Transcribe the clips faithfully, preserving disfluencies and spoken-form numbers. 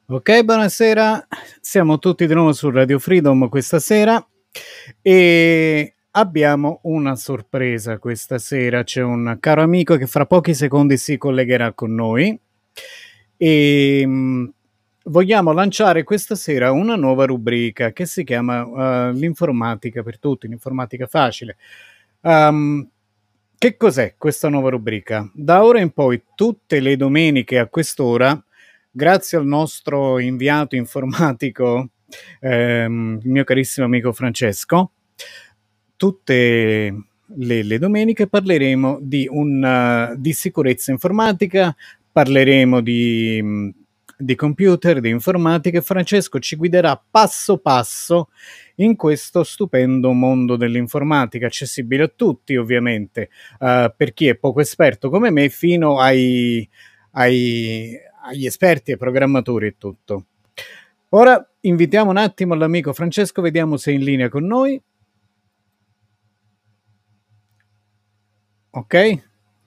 Ok, buonasera, siamo tutti di nuovo su Radio Freedom questa sera e abbiamo una sorpresa questa sera. C'è un caro amico che fra pochi secondi si collegherà con noi e mh, vogliamo lanciare questa sera una nuova rubrica che si chiama uh, l'informatica per tutti, l'informatica facile. Um, che cos'è questa nuova rubrica? Da ora in poi, tutte le domeniche a quest'ora, grazie al nostro inviato informatico, ehm, il mio carissimo amico Francesco, tutte le, le domeniche parleremo di, un, di sicurezza informatica, parleremo di, mh, di computer, di informatica e Francesco ci guiderà passo passo in questo stupendo mondo dell'informatica, accessibile a tutti ovviamente, uh, per chi è poco esperto come me, fino ai, ai, agli esperti, ai programmatori e tutto. Ora invitiamo un attimo l'amico Francesco, vediamo se è in linea con noi. Ok?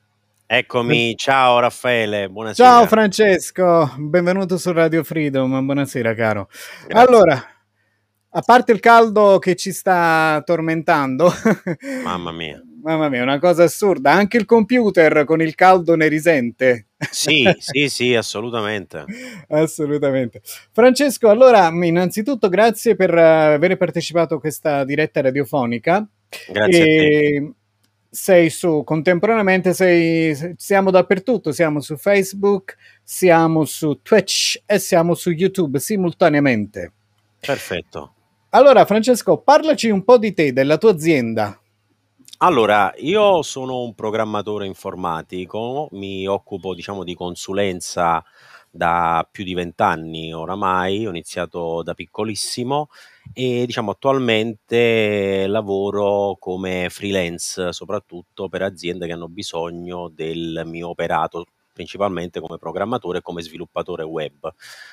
Eccomi, ciao Raffaele, buonasera. Ciao Francesco, benvenuto su Radio Freedom, buonasera caro. Grazie. Allora, a parte il caldo che ci sta tormentando, Mamma mia. Mamma mia, una cosa assurda, anche il computer con il caldo ne risente. Sì, sì, sì, assolutamente. Assolutamente. Francesco, allora, innanzitutto grazie per aver partecipato a questa diretta radiofonica. Grazie e a te. Sei su, contemporaneamente sei, siamo dappertutto, siamo su Facebook, siamo su Twitch e siamo su YouTube simultaneamente. Perfetto. Allora, Francesco, parlaci un po' di te, della tua azienda. Allora, io sono un programmatore informatico, mi occupo, diciamo, di consulenza da più di vent'anni oramai, ho iniziato da piccolissimo e diciamo attualmente lavoro come freelance soprattutto per aziende che hanno bisogno del mio operato, principalmente come programmatore e come sviluppatore web.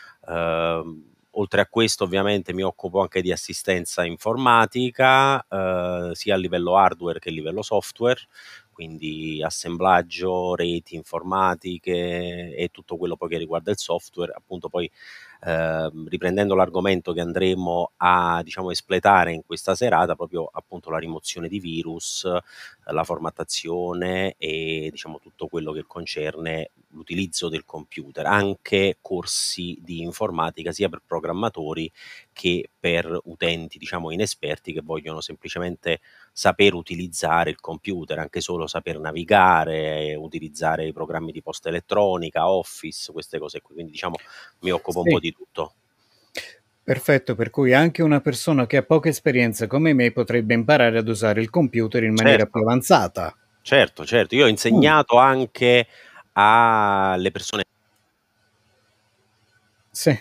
Uh, oltre a questo ovviamente mi occupo anche di assistenza informatica, uh, sia a livello hardware che a livello software, quindi assemblaggio, reti informatiche e tutto quello poi che riguarda il software, appunto poi eh, riprendendo l'argomento che andremo a diciamo espletare in questa serata, proprio appunto la rimozione di virus, la formattazione e diciamo tutto quello che concerne l'utilizzo del computer, anche corsi di informatica sia per programmatori che per utenti diciamo inesperti che vogliono semplicemente saper utilizzare il computer, anche solo saper navigare, utilizzare i programmi di posta elettronica, Office, queste cose qui. Quindi diciamo mi occupo Sì. un po' di tutto. Perfetto, per cui anche una persona che ha poca esperienza come me potrebbe imparare ad usare il computer in maniera Certo. più avanzata. Certo, certo. Io ho insegnato mm. anche alle persone. Sì.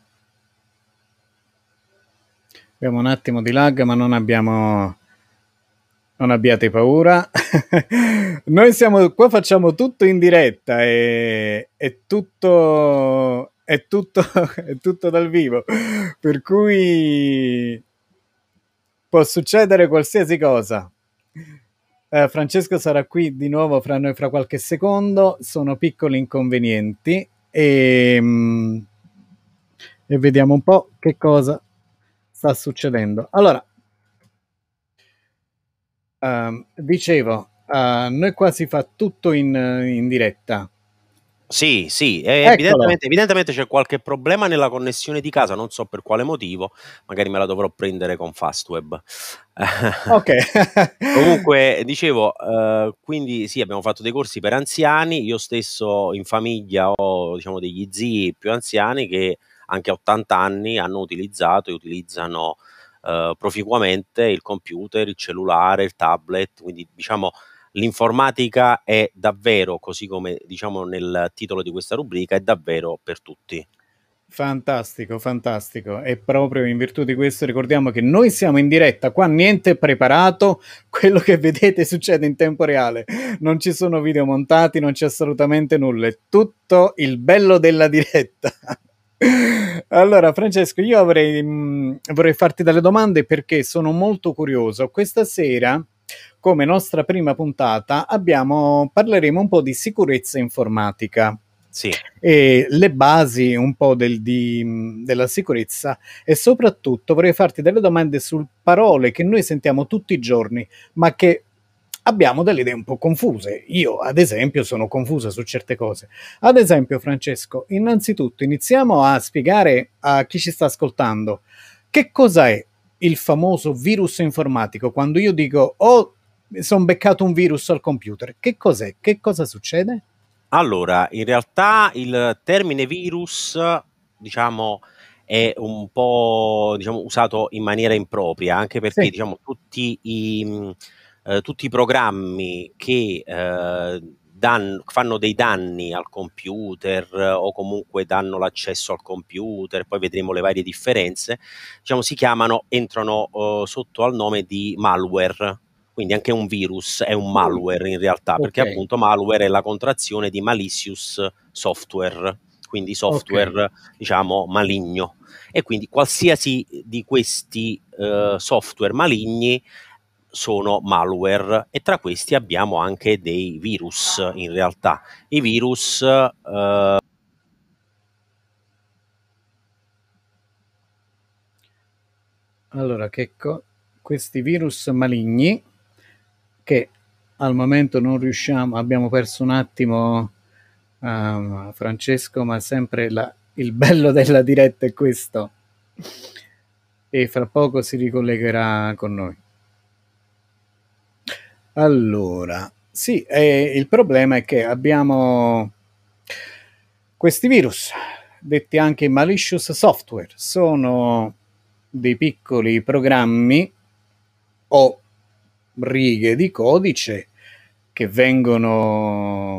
Abbiamo un attimo di lag, ma non abbiamo... Non abbiate paura. Noi siamo qua, facciamo tutto in diretta e è tutto... È tutto, è tutto dal vivo. Per cui... può succedere qualsiasi cosa. Eh, Francesco sarà qui di nuovo fra noi fra qualche secondo. Sono piccoli inconvenienti e, mm, e vediamo un po' che cosa sta succedendo. Allora, uh, dicevo, uh, noi qua si fa tutto in, in diretta. Sì, sì, evidentemente, evidentemente c'è qualche problema nella connessione di casa, non so per quale motivo, magari me la dovrò prendere con Fastweb. Ok. Comunque, dicevo, uh, quindi sì, abbiamo fatto dei corsi per anziani, io stesso in famiglia ho diciamo degli zii più anziani che anche a ottanta anni hanno utilizzato e utilizzano uh, proficuamente il computer, il cellulare, il tablet, quindi diciamo l'informatica è davvero, così come diciamo nel titolo di questa rubrica, è davvero per tutti. Fantastico, fantastico. E proprio in virtù di questo ricordiamo che noi siamo in diretta, qua niente è preparato, quello che vedete succede in tempo reale, non ci sono video montati, non c'è assolutamente nulla, è tutto il bello della diretta. Allora Francesco, io avrei, mh, vorrei farti delle domande perché sono molto curioso. Questa sera, come nostra prima puntata, abbiamo, parleremo un po' di sicurezza informatica. Sì. E le basi un po' del, di, della sicurezza, e soprattutto vorrei farti delle domande su parole che noi sentiamo tutti i giorni, ma che abbiamo delle idee un po' confuse. Io, ad esempio, sono confusa su certe cose. Ad esempio, Francesco, innanzitutto iniziamo a spiegare a chi ci sta ascoltando che cosa è il famoso virus informatico. Quando io dico, oh, sono beccato un virus al computer, che cos'è? Che cosa succede? Allora, in realtà il termine virus, diciamo, è un po', diciamo, usato in maniera impropria, anche perché, Sì. diciamo, tutti i, mh, eh, tutti i programmi che eh, dan- fanno dei danni al computer eh, o comunque danno l'accesso al computer, poi vedremo le varie differenze, diciamo, si chiamano, entrano eh, sotto al nome di malware. Quindi anche un virus è un Mm. malware in realtà, perché Ok. appunto malware è la contrazione di malicious software, quindi Ok. software, diciamo, maligno. E quindi qualsiasi di questi eh, software maligni sono malware, e tra questi abbiamo anche dei virus in realtà. I virus eh, Allora, che co- questi virus maligni che al momento non riusciamo, abbiamo perso un attimo uh, Francesco, ma sempre la, il bello della diretta è questo, e fra poco si ricollegherà con noi. Allora, sì, eh, il problema è che abbiamo questi virus, detti anche malicious software, sono dei piccoli programmi o righe di codice che vengono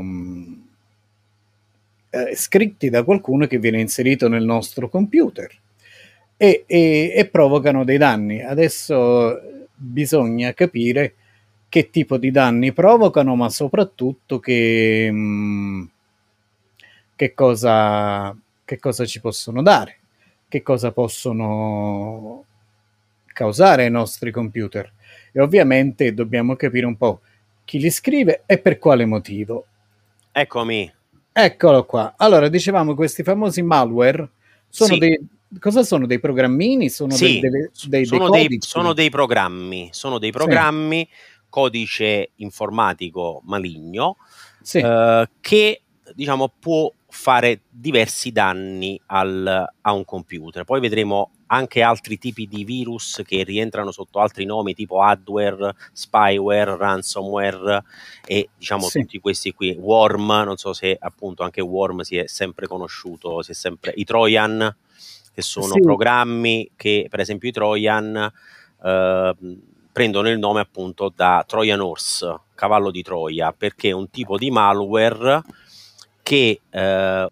eh, scritti da qualcuno che viene inserito nel nostro computer e, e, e provocano dei danni. Adesso bisogna capire che tipo di danni provocano, ma soprattutto che, mh, che, cosa, che cosa ci possono dare, che cosa possono causare ai nostri computer. E ovviamente dobbiamo capire un po' chi li scrive e per quale motivo. eccomi. Eccolo qua. Allora, dicevamo, questi famosi malware sono Sì. dei... Cosa sono? Dei programmini? Sono del, Sì, delle, s- dei, dei sono dei, codici? sono dei programmi, sono dei Sì, programmi, codice informatico maligno, sì, eh, che diciamo può fare diversi danni al- a un computer. Poi vedremo anche altri tipi di virus che rientrano sotto altri nomi, tipo adware, spyware, ransomware e diciamo sì, tutti questi qui, worm, non so se appunto anche worm si è sempre conosciuto, si è sempre, i trojan, che sono sì. programmi che, per esempio i Trojan, eh, prendono il nome appunto da Trojan Horse, cavallo di Troia, perché è un tipo di malware che eh,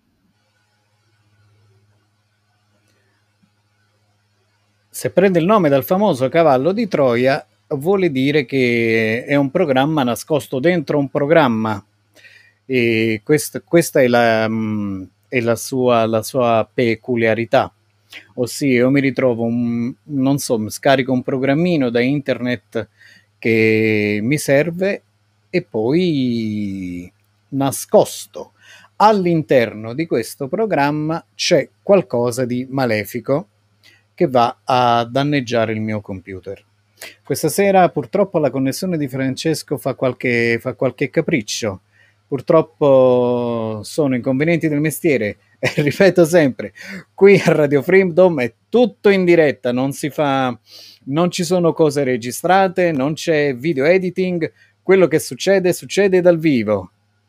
Se prende il nome dal famoso cavallo di Troia, vuole dire che è un programma nascosto dentro un programma. E quest, questa è, la, mh, è la, sua, la sua peculiarità. Ossia, io mi ritrovo, un, non so, scarico un programmino da internet che mi serve e poi nascosto all'interno di questo programma c'è qualcosa di malefico che va a danneggiare il mio computer. Questa sera purtroppo la connessione di Francesco fa qualche, fa qualche capriccio. Purtroppo sono inconvenienti del mestiere e ripeto sempre, qui a Radio Freedom è tutto in diretta, non si fa, non ci sono cose registrate, non c'è video editing, quello che succede succede dal vivo.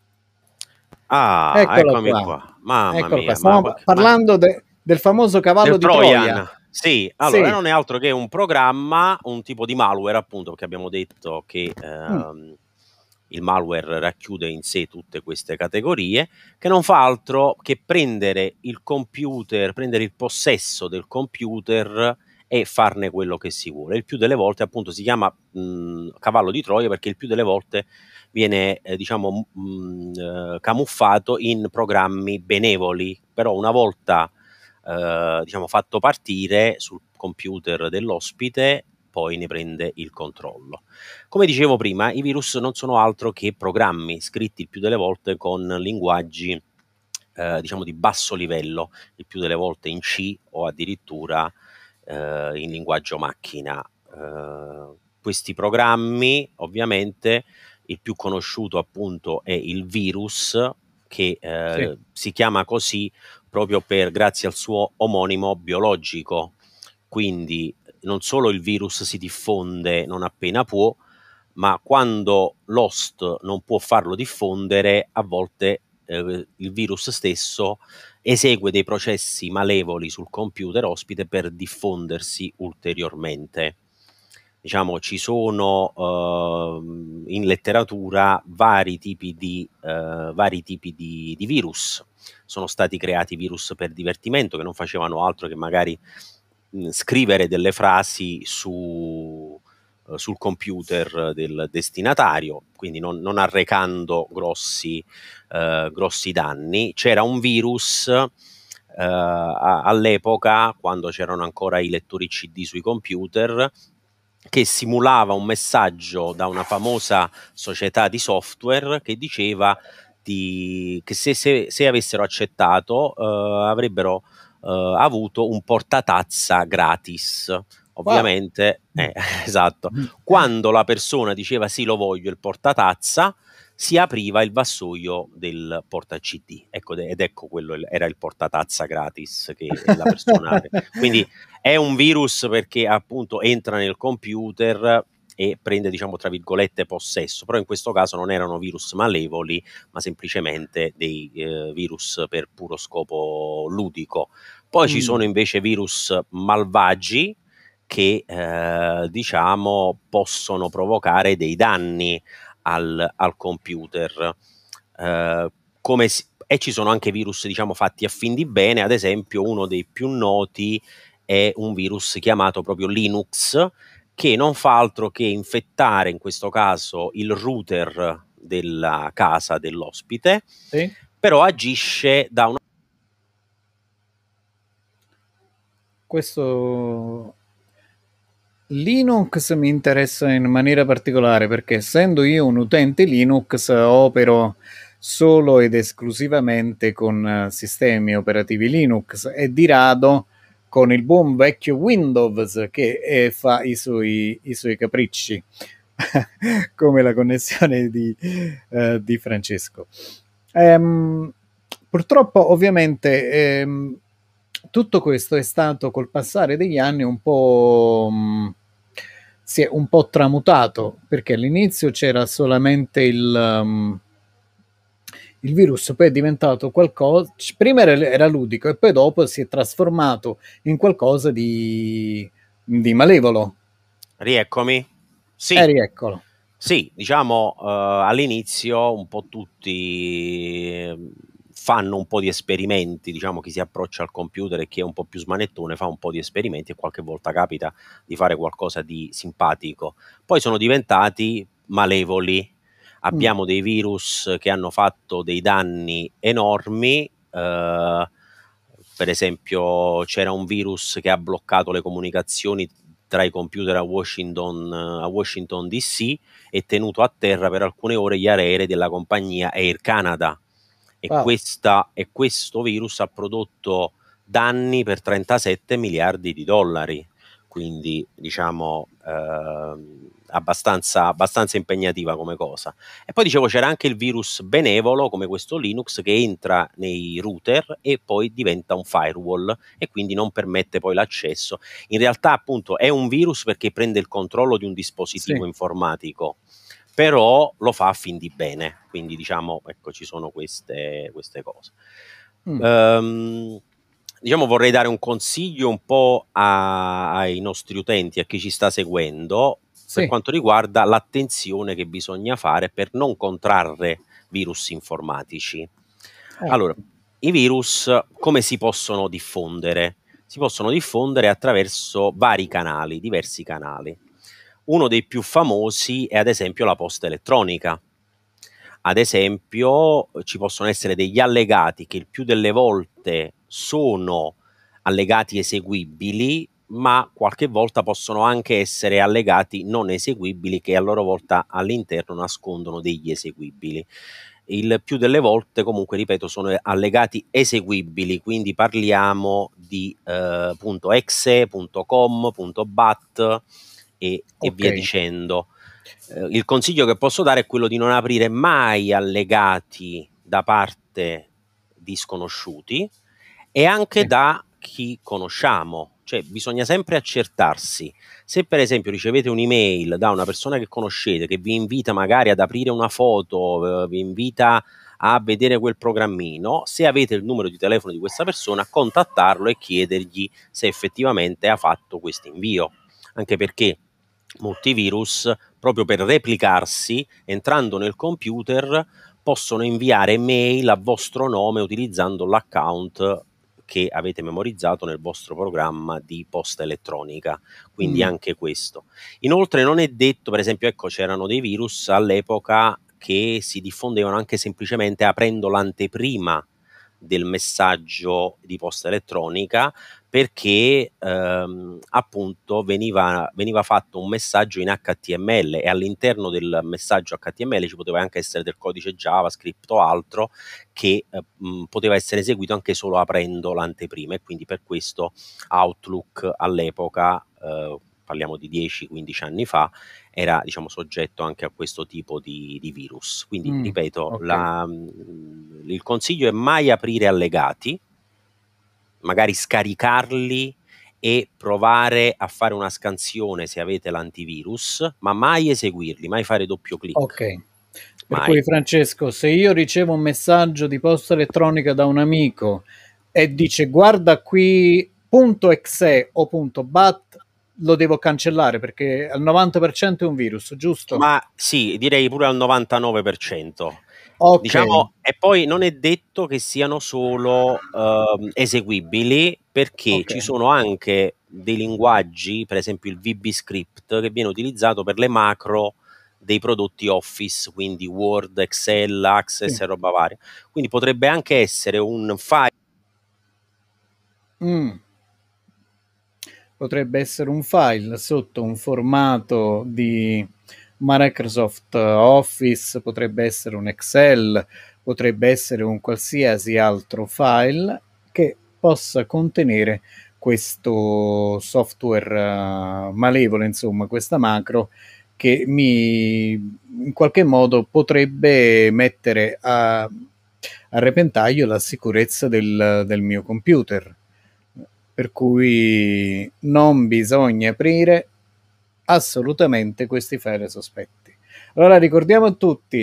ah, Eccolo eccomi qua, qua, mamma eccolo qua. mia, ma, Stiamo ma parlando de, del famoso cavallo del di Troia. Trojan, sì, allora Sì. non è altro che un programma, un tipo di malware, appunto, perché abbiamo detto che Mm. ehm, il malware racchiude in sé tutte queste categorie, che non fa altro che prendere il computer, prendere il possesso del computer e farne quello che si vuole. Il più delle volte, appunto, si chiama mh, cavallo di Troia perché il più delle volte viene, eh, diciamo, mh, eh, camuffato in programmi benevoli, però una volta eh, diciamo, fatto partire sul computer dell'ospite, poi ne prende il controllo. Come dicevo prima, i virus non sono altro che programmi scritti il più delle volte con linguaggi eh, diciamo di basso livello, il più delle volte in C o addirittura eh, in linguaggio macchina. Eh, questi programmi, ovviamente, il più conosciuto appunto è il virus, che Sì. eh, si chiama così proprio per grazie al suo omonimo biologico. Quindi non solo il virus si diffonde non appena può, ma quando l'host non può farlo diffondere, a volte eh, il virus stesso esegue dei processi malevoli sul computer ospite per diffondersi ulteriormente. Diciamo, ci sono uh, in letteratura vari tipi di, uh, vari tipi di, di virus. Sono stati creati virus per divertimento che non facevano altro che magari mh, scrivere delle frasi su, uh, sul computer del destinatario, quindi non, non arrecando grossi, uh, grossi danni. C'era un virus Uh, all'epoca, quando c'erano ancora i lettori C D sui computer, che simulava un messaggio da una famosa società di software che diceva di, che se, se, se avessero accettato uh, avrebbero uh, avuto un portatazza gratis. Wow. Ovviamente, eh, esatto, quando la persona diceva sì, lo voglio il portatazza, si apriva il vassoio del porta C D, ecco, ed ecco quello era il portatazza gratis che la persona. Quindi è un virus perché appunto entra nel computer e prende, diciamo, tra virgolette, possesso, però in questo caso non erano virus malevoli, ma semplicemente dei eh, virus per puro scopo ludico. Poi mm. ci sono invece virus malvagi che eh, diciamo possono provocare dei danni al, al computer, eh, come si, e ci sono anche virus, diciamo, fatti a fin di bene. Ad esempio, uno dei più noti è un virus chiamato proprio Linux, che non fa altro che infettare, in questo caso, il router della casa dell'ospite, sì. Però agisce da una... Questo Linux mi interessa in maniera particolare perché, essendo io un utente Linux, opero solo ed esclusivamente con sistemi operativi Linux e di rado con il buon vecchio Windows che eh, fa i suoi, i suoi capricci come la connessione di, eh, di Francesco. Ehm, purtroppo, ovviamente, ehm, tutto questo è stato col passare degli anni un po' mh, si è un po' tramutato, perché all'inizio c'era solamente il um, il virus, poi è diventato qualcosa, prima era, era ludico e poi dopo si è trasformato in qualcosa di, di malevolo. Rieccomi? Sì. Eh, rieccolo. Sì, diciamo uh, all'inizio un po' tutti fanno un po' di esperimenti, diciamo chi si approccia al computer e chi è un po' più smanettone fa un po' di esperimenti e qualche volta capita di fare qualcosa di simpatico. Poi sono diventati malevoli, abbiamo mm. dei virus che hanno fatto dei danni enormi, uh, per esempio c'era un virus che ha bloccato le comunicazioni tra i computer a Washington, a Washington D C e tenuto a terra per alcune ore gli aerei della compagnia Air Canada. E, wow. questa, e questo virus ha prodotto danni per trentasette miliardi di dollari, quindi diciamo eh, abbastanza, abbastanza impegnativa come cosa. E poi dicevo c'era anche il virus benevolo come questo Linux che entra nei router e poi diventa un firewall e quindi non permette poi l'accesso. In realtà appunto è un virus perché prende il controllo di un dispositivo sì. informatico, però lo fa a fin di bene, quindi diciamo ecco ci sono queste, queste cose. Mm. Um, diciamo vorrei dare un consiglio un po' a, ai nostri utenti, a chi ci sta seguendo, sì. per quanto riguarda l'attenzione che bisogna fare per non contrarre virus informatici. Eh. Allora, i virus come si possono diffondere? Si possono diffondere attraverso vari canali, diversi canali. Uno dei più famosi è ad esempio la posta elettronica. Ad esempio ci possono essere degli allegati che il più delle volte sono allegati eseguibili, ma qualche volta possono anche essere allegati non eseguibili che a loro volta all'interno nascondono degli eseguibili. il più delle volte comunque, ripeto, sono allegati eseguibili, quindi parliamo di eh, .exe, .com, .bat e, e via Ok. dicendo. Eh, il consiglio che posso dare è quello di non aprire mai allegati da parte di sconosciuti e anche Sì. da chi conosciamo, cioè bisogna sempre accertarsi. Se per esempio ricevete un'email da una persona che conoscete che vi invita magari ad aprire una foto, eh, vi invita a vedere quel programmino, se avete il numero di telefono di questa persona, contattarlo e chiedergli se effettivamente ha fatto questo invio, anche perché molti virus, proprio per replicarsi, entrando nel computer, possono inviare mail a vostro nome utilizzando l'account che avete memorizzato nel vostro programma di posta elettronica, quindi Mm. anche questo. Inoltre non è detto, per esempio, ecco, c'erano dei virus all'epoca che si diffondevano anche semplicemente aprendo l'anteprima del messaggio di posta elettronica, perché ehm, appunto veniva, veniva fatto un messaggio in H T M L e all'interno del messaggio H T M L ci poteva anche essere del codice JavaScript o altro che eh, mh, poteva essere eseguito anche solo aprendo l'anteprima, e quindi per questo Outlook all'epoca, eh, parliamo di dieci quindici anni fa, era, diciamo, soggetto anche a questo tipo di, di virus. Quindi, Mm. ripeto, Ok. la, mh, il consiglio è mai aprire allegati, magari scaricarli e provare a fare una scansione se avete l'antivirus, ma mai eseguirli, mai fare doppio clic. Ok. Per Mai. cui Francesco, se io ricevo un messaggio di posta elettronica da un amico e dice guarda qui .exe o .bat, lo devo cancellare perché al novanta per cento è un virus, giusto? Ma sì, direi pure al novantanove per cento. Ok. Diciamo, e poi non è detto che siano solo ehm, eseguibili, perché Ok. ci sono anche dei linguaggi, per esempio il VBScript, che viene utilizzato per le macro dei prodotti Office, quindi Word, Excel, Access Sì. e roba varia. Quindi potrebbe anche essere un file. Mm. Potrebbe essere un file sotto un formato di Microsoft Office, potrebbe essere un Excel, potrebbe essere un qualsiasi altro file che possa contenere questo software uh, malevolo, insomma, questa macro che mi in qualche modo potrebbe mettere a, a repentaglio la sicurezza del, del mio computer. Per cui non bisogna aprire assolutamente questi file sospetti. Allora ricordiamo a tutti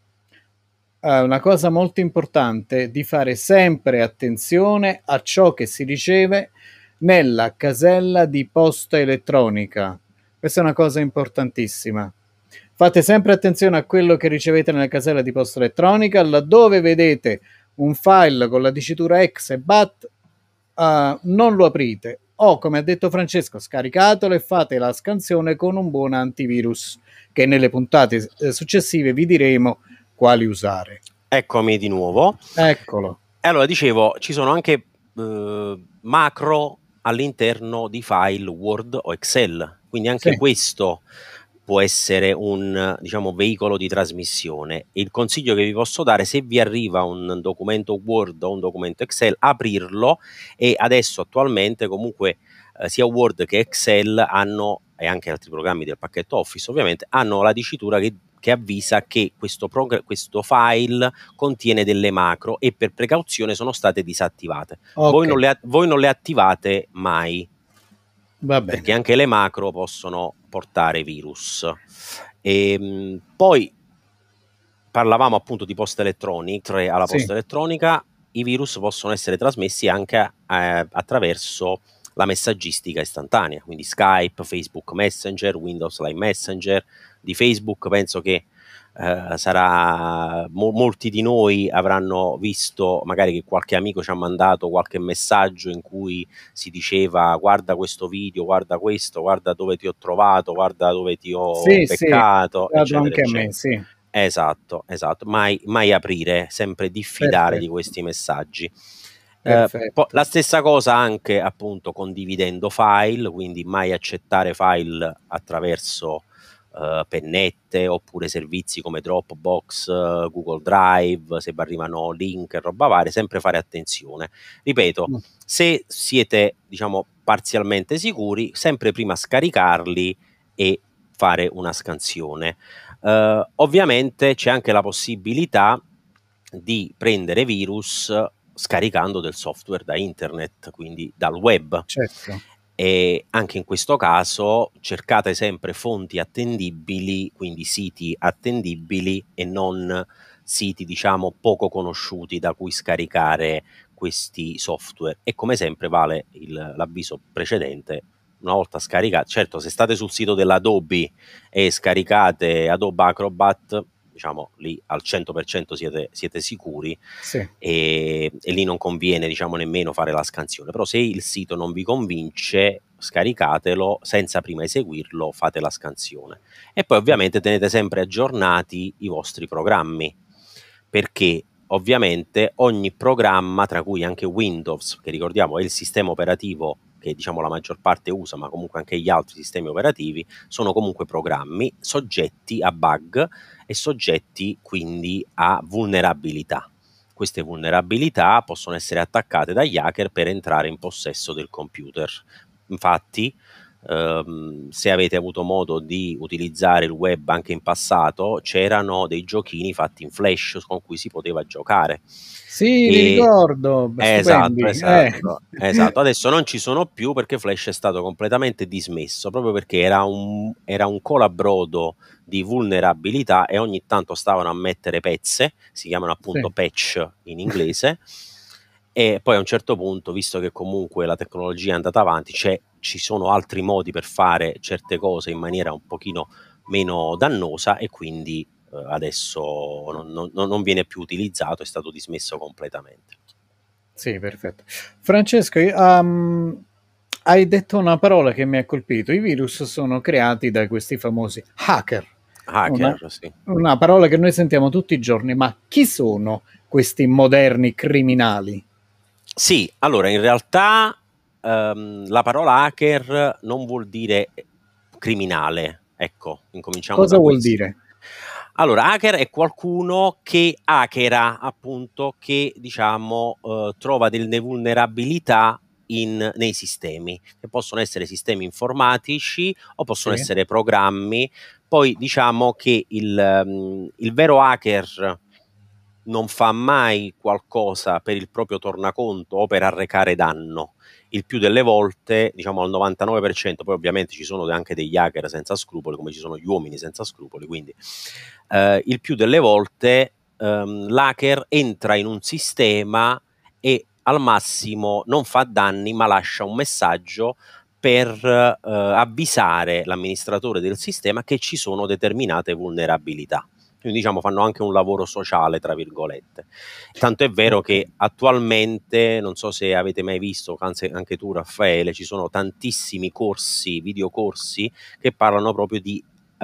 eh, una cosa molto importante, di fare sempre attenzione a ciò che si riceve nella casella di posta elettronica. Questa è una cosa importantissima. Fate sempre attenzione a quello che ricevete nella casella di posta elettronica, laddove vedete un file con la dicitura exe e bat, uh, non lo aprite, o come ha detto Francesco, scaricatelo e fate la scansione con un buon antivirus, che nelle puntate eh, successive vi diremo quali usare. Eccomi di nuovo. Eccolo. Allora, dicevo, ci sono anche eh, macro all'interno di file Word o Excel, quindi anche Sì. questo può essere un, diciamo, veicolo di trasmissione. Il consiglio che vi posso dare: se vi arriva un documento Word o un documento Excel, aprirlo. E adesso attualmente comunque eh, sia Word che Excel hanno, e anche altri programmi del pacchetto Office ovviamente, hanno la dicitura che, che avvisa che questo, prog- questo file contiene delle macro e per precauzione sono state disattivate. Voi Ok, non le, voi non le attivate mai, va perché bene. anche le macro possono portare virus. E, mh, poi parlavamo appunto di posta elettronica. Oltre alla Sì. posta elettronica, i virus possono essere trasmessi anche eh, attraverso la messaggistica istantanea, quindi Skype, Facebook Messenger, Windows Live Messenger. Di Facebook penso che eh, sarà mo- molti di noi avranno visto magari che qualche amico ci ha mandato qualche messaggio in cui si diceva: guarda questo video, guarda questo, guarda dove ti ho trovato, guarda dove ti ho Sì, sì, è beccato, arrivato eccetera anche a eccetera. me, sì. Esatto, esatto, mai, mai aprire, sempre diffidare di Perfetto, questi messaggi. Eh, po- perfetto. la stessa cosa anche appunto condividendo file, quindi mai accettare file attraverso uh, pennette, oppure servizi come Dropbox, uh, Google Drive, se arrivano link e roba varia, sempre fare attenzione. Ripeto, Mm. se siete, diciamo, parzialmente sicuri, sempre prima scaricarli e fare una scansione. Uh, ovviamente c'è anche la possibilità di prendere virus scaricando del software da internet, quindi dal web. Certo. E anche in questo caso cercate sempre fonti attendibili, quindi siti attendibili e non siti, diciamo, poco conosciuti da cui scaricare questi software. E come sempre vale il, l'avviso precedente: una volta scaricato, certo, se state sul sito dell'Adobe e scaricate Adobe Acrobat, diciamo lì al cento per cento siete, siete sicuri, sì. e, e lì non conviene, diciamo, nemmeno fare la scansione. Però se il sito non vi convince, scaricatelo, senza prima eseguirlo fate la scansione. E poi ovviamente tenete sempre aggiornati i vostri programmi, perché ovviamente ogni programma, tra cui anche Windows, che ricordiamo è il sistema operativo che, diciamo, la maggior parte usa, ma comunque anche gli altri sistemi operativi sono comunque programmi soggetti a bug e soggetti quindi a vulnerabilità. Queste vulnerabilità possono essere attaccate dagli hacker per entrare in possesso del computer. Infatti, ehm, se avete avuto modo di utilizzare il web anche in passato, c'erano dei giochini fatti in Flash con cui si poteva giocare. Sì, E... li ricordo, esatto, stupendi. esatto, Eh. esatto. Adesso non ci sono più perché Flash è stato completamente dismesso, proprio perché era un, era un colabrodo di vulnerabilità e ogni tanto stavano a mettere pezze, si chiamano appunto Sì. patch in inglese, e poi a un certo punto, visto che comunque la tecnologia è andata avanti, c'è, ci sono altri modi per fare certe cose in maniera un pochino meno dannosa, e quindi eh, adesso non, non, non viene più utilizzato, è stato dismesso completamente. Sì, perfetto. Francesco, um, hai detto una parola che mi ha colpito. I virus sono creati da questi famosi hacker. Hacker, una, sì. Una parola che noi sentiamo tutti i giorni, ma chi sono questi moderni criminali? Sì, allora in realtà um, la parola hacker non vuol dire criminale, ecco, incominciamo Cosa da vuol questo. dire? Allora, hacker è qualcuno che hackera, appunto, che, diciamo, uh, trova delle vulnerabilità in, nei sistemi, che possono essere sistemi informatici o possono Sì. essere programmi. Poi diciamo che il, um, il vero hacker non fa mai qualcosa per il proprio tornaconto o per arrecare danno. Il più delle volte, diciamo al novantanove per cento, poi ovviamente ci sono anche degli hacker senza scrupoli, come ci sono gli uomini senza scrupoli, quindi eh, il più delle volte ehm, l'hacker entra in un sistema e al massimo non fa danni, ma lascia un messaggio per eh, avvisare l'amministratore del sistema che ci sono determinate vulnerabilità. Quindi, diciamo, fanno anche un lavoro sociale, tra virgolette. Tanto è vero Okay. che attualmente, non so se avete mai visto, anzi anche tu Raffaele, ci sono tantissimi corsi, videocorsi, che parlano proprio di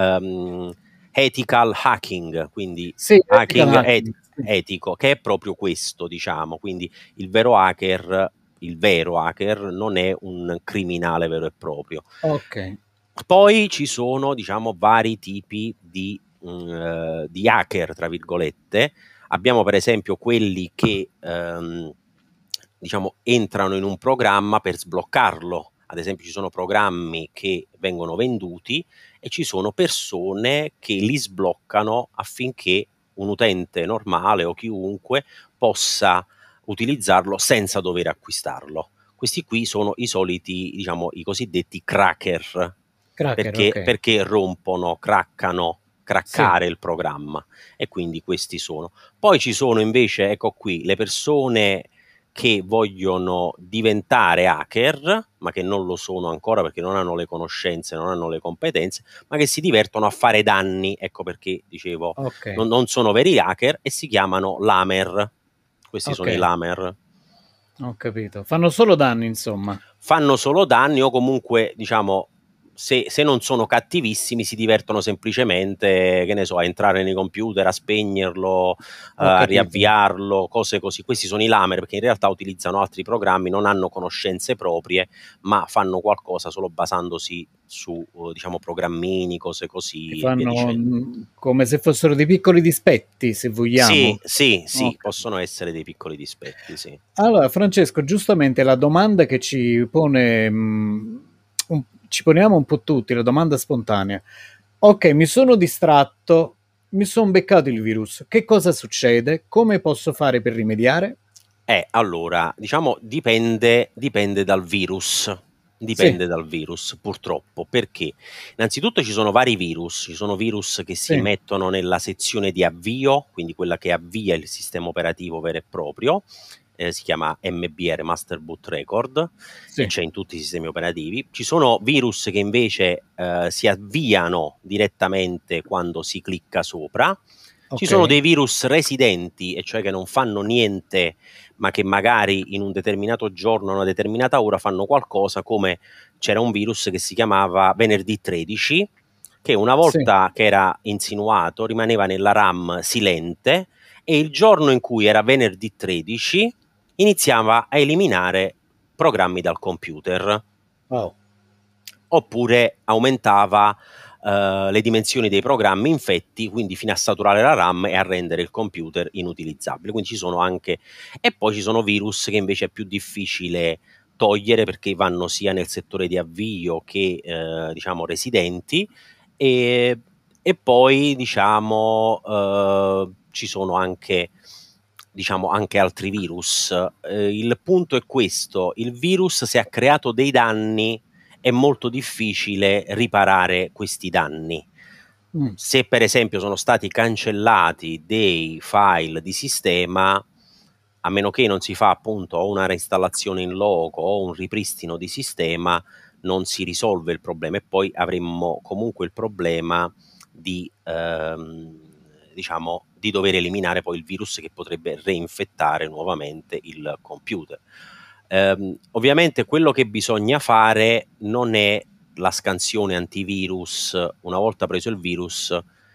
um, ethical hacking, quindi Sì, ethical hacking et- hacking, sì. etico, che è proprio questo, diciamo. Quindi il vero hacker, il vero hacker non è un criminale vero e proprio. Ok. Poi ci sono, diciamo, vari tipi di Uh, di hacker, tra virgolette. Abbiamo per esempio quelli che um, diciamo entrano in un programma per sbloccarlo. Ad esempio ci sono programmi che vengono venduti e ci sono persone che li sbloccano affinché un utente normale o chiunque possa utilizzarlo senza dover acquistarlo. Questi qui sono i soliti, diciamo, i cosiddetti cracker, Cracker, perché, ok. perché rompono, craccano, craccare Sì. il programma, e quindi questi sono. Poi ci sono invece, ecco qui, le persone che vogliono diventare hacker, ma che non lo sono ancora perché non hanno le conoscenze, non hanno le competenze, ma che si divertono a fare danni, ecco perché dicevo, Ok. non, non sono veri hacker, e si chiamano lamer. Questi sono i Ok. lamer. Ho capito. Fanno solo danni, insomma. Fanno solo danni, o comunque, diciamo, se, se non sono cattivissimi si divertono semplicemente, che ne so, a entrare nei computer, a spegnerlo, Ho a capito. riavviarlo, cose così. Questi sono i lamer, perché in realtà utilizzano altri programmi, non hanno conoscenze proprie, ma fanno qualcosa solo basandosi su, eh, diciamo, programmini, cose Che così e via fanno dicendo. mh, come se fossero dei piccoli dispetti, se Sì, vogliamo. sì, Ho sì, capito. possono essere dei piccoli dispetti, sì. Allora, Francesco, giustamente la domanda che ci pone, mh, un- ci poniamo un po' tutti, la domanda spontanea. Ok, mi sono distratto, mi sono beccato il virus. Che cosa succede? Come posso fare per rimediare? Eh, allora, diciamo dipende dipende dal virus, Sì, dipende dal virus purtroppo, perché innanzitutto ci sono vari virus, ci sono virus che si sì, mettono nella sezione di avvio, quindi quella che avvia il sistema operativo vero e proprio, ehm, si chiama M B R, Master Boot Record, e sì, c'è in tutti i sistemi operativi. Ci sono virus che invece, ehm, si avviano direttamente quando si clicca sopra. Ci ok, sono dei virus residenti, e cioè che non fanno niente ma che magari in un determinato giorno, una determinata ora fanno qualcosa, come c'era un virus che si chiamava venerdì tredici, che una sì, volta che era insinuato rimaneva nella RAM silente e il giorno in cui era venerdì tredici iniziava a eliminare programmi dal computer wow, oppure aumentava eh, le dimensioni dei programmi infetti, quindi fino a saturare la RAM e a rendere il computer inutilizzabile. Quindi ci sono anche, e poi ci sono virus che invece è più difficile togliere perché vanno sia nel settore di avvio che eh, diciamo residenti, e, e poi diciamo eh, ci sono anche diciamo anche altri virus. Eh, il punto è questo: il virus, se ha creato dei danni, è molto difficile riparare questi danni. mm, Se per esempio sono stati cancellati dei file di sistema, a meno che non si fa appunto o una reinstallazione in loco o un ripristino di sistema, non si risolve il problema, e poi avremmo comunque il problema di, ehm, diciamo, di dover eliminare poi il virus che potrebbe reinfettare nuovamente il computer. Ehm, ovviamente quello che bisogna fare non è la scansione antivirus. Una volta preso il virus,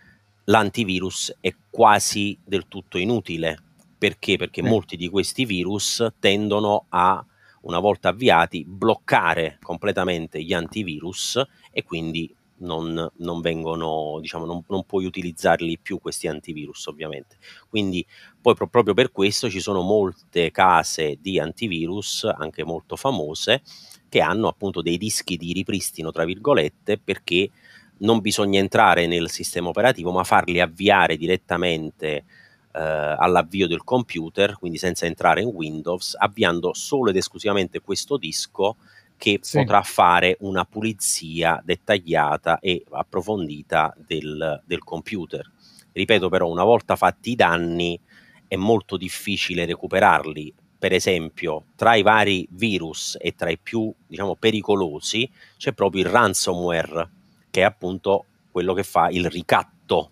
l'antivirus è quasi del tutto inutile. Perché? Perché sì. molti di questi virus tendono a, una volta avviati, bloccare completamente gli antivirus, e quindi non, non vengono, diciamo, non, non puoi utilizzarli più questi antivirus, ovviamente. Quindi poi pro- proprio per questo ci sono molte case di antivirus, anche molto famose, che hanno appunto dei dischi di ripristino, tra virgolette, perché non bisogna entrare nel sistema operativo, ma farli avviare direttamente eh, all'avvio del computer, quindi senza entrare in Windows, avviando solo ed esclusivamente questo disco, che Sì. potrà fare una pulizia dettagliata e approfondita del, del computer. Ripeto però, una volta fatti i danni è molto difficile recuperarli. Per esempio, tra i vari virus e tra i più, diciamo, pericolosi c'è proprio il ransomware, che è appunto quello che fa il ricatto,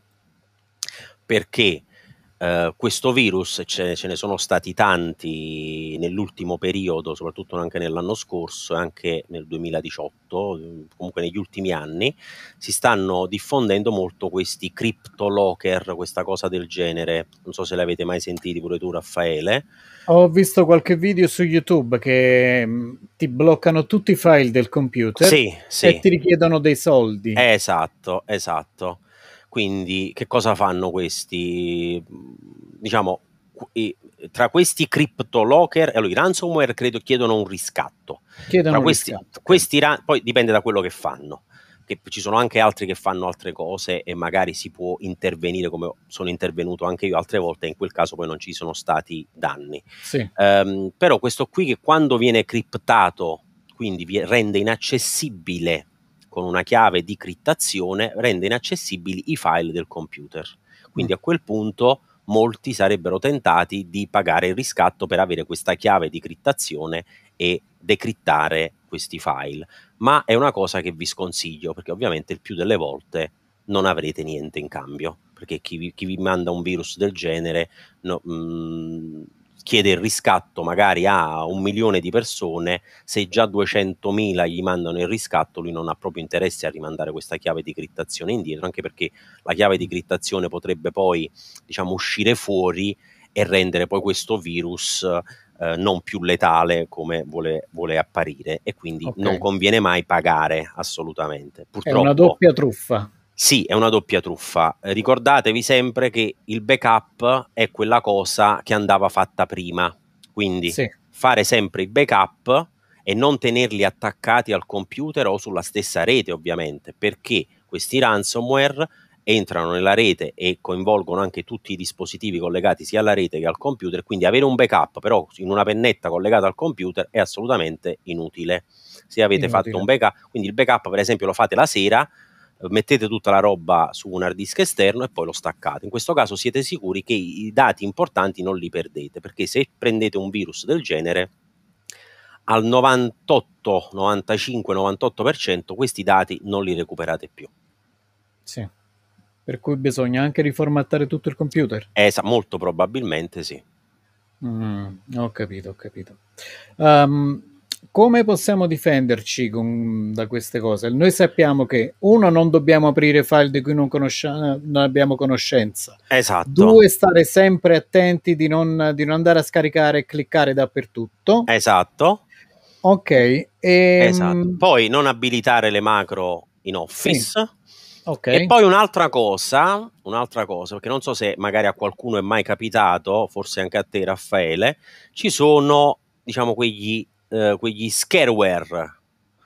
perché eh, questo virus, ce, ce ne sono stati tanti nell'ultimo periodo, soprattutto anche nell'anno scorso e anche nel duemiladiciotto, comunque negli ultimi anni, si stanno diffondendo molto questi cryptolocker, questa cosa del genere. Non so se l'avete mai sentiti pure tu, Raffaele. Ho visto qualche video su YouTube che mh, ti bloccano tutti i file del computer Sì, e sì. ti richiedono dei soldi. Esatto, esatto. Quindi che cosa fanno questi? Diciamo, qu- i- tra questi cryptolocker, allora i ransomware credo chiedono un riscatto. Chiedono Tra un questi, riscatto, ok. questi ra- poi dipende da quello che fanno. Che ci sono anche altri che fanno altre cose e magari si può intervenire, come sono intervenuto anche io altre volte, e in quel caso poi non ci sono stati danni. Sì, Ehm, però questo qui, che quando viene criptato, quindi vi- rende inaccessibile con una chiave di criptazione, rende inaccessibili i file del computer. mm, Quindi a quel punto molti sarebbero tentati di pagare il riscatto per avere questa chiave di criptazione e decrittare questi file. Ma è una cosa che vi sconsiglio, perché ovviamente il più delle volte non avrete niente in cambio, perché chi vi, chi vi manda un virus del genere, no, mh, chiede il riscatto magari a un milione di persone, se già duecentomila gli mandano il riscatto, lui non ha proprio interesse a rimandare questa chiave di criptazione indietro, anche perché la chiave di criptazione potrebbe poi, diciamo, uscire fuori e rendere poi questo virus eh, non più letale come vuole, vuole apparire, e quindi Ok. non conviene mai pagare assolutamente. Purtroppo È una doppia truffa. Sì, è una doppia truffa. Eh, ricordatevi sempre che il backup è quella cosa che andava fatta prima, quindi Sì. fare sempre i backup e non tenerli attaccati al computer o sulla stessa rete, ovviamente, perché questi ransomware entrano nella rete e coinvolgono anche tutti i dispositivi collegati sia alla rete che al computer, quindi avere un backup però in una pennetta collegata al computer è assolutamente inutile. Se avete Inutile. fatto un backup, quindi il backup per esempio lo fate la sera, mettete tutta la roba su un hard disk esterno e poi lo staccate. In questo caso siete sicuri che i dati importanti non li perdete, perché se prendete un virus del genere, al novantotto, novantacinque, novantotto per cento questi dati non li recuperate più. Sì. Per cui bisogna anche riformattare tutto il computer? Eh, molto probabilmente sì. Mm, ho capito, ho capito. Um, come possiamo difenderci con, da queste cose? Noi sappiamo che, uno, non dobbiamo aprire file di cui non, non abbiamo conoscenza. Esatto. Due, stare sempre attenti di non, di non andare a scaricare e cliccare dappertutto. Esatto. Ok. E, esatto. Poi non abilitare le macro in Office. Sì. Okay. E poi un'altra cosa, un'altra cosa, perché non so se magari a qualcuno è mai capitato, forse anche a te Raffaele, ci sono, diciamo, quegli, eh, quegli scareware,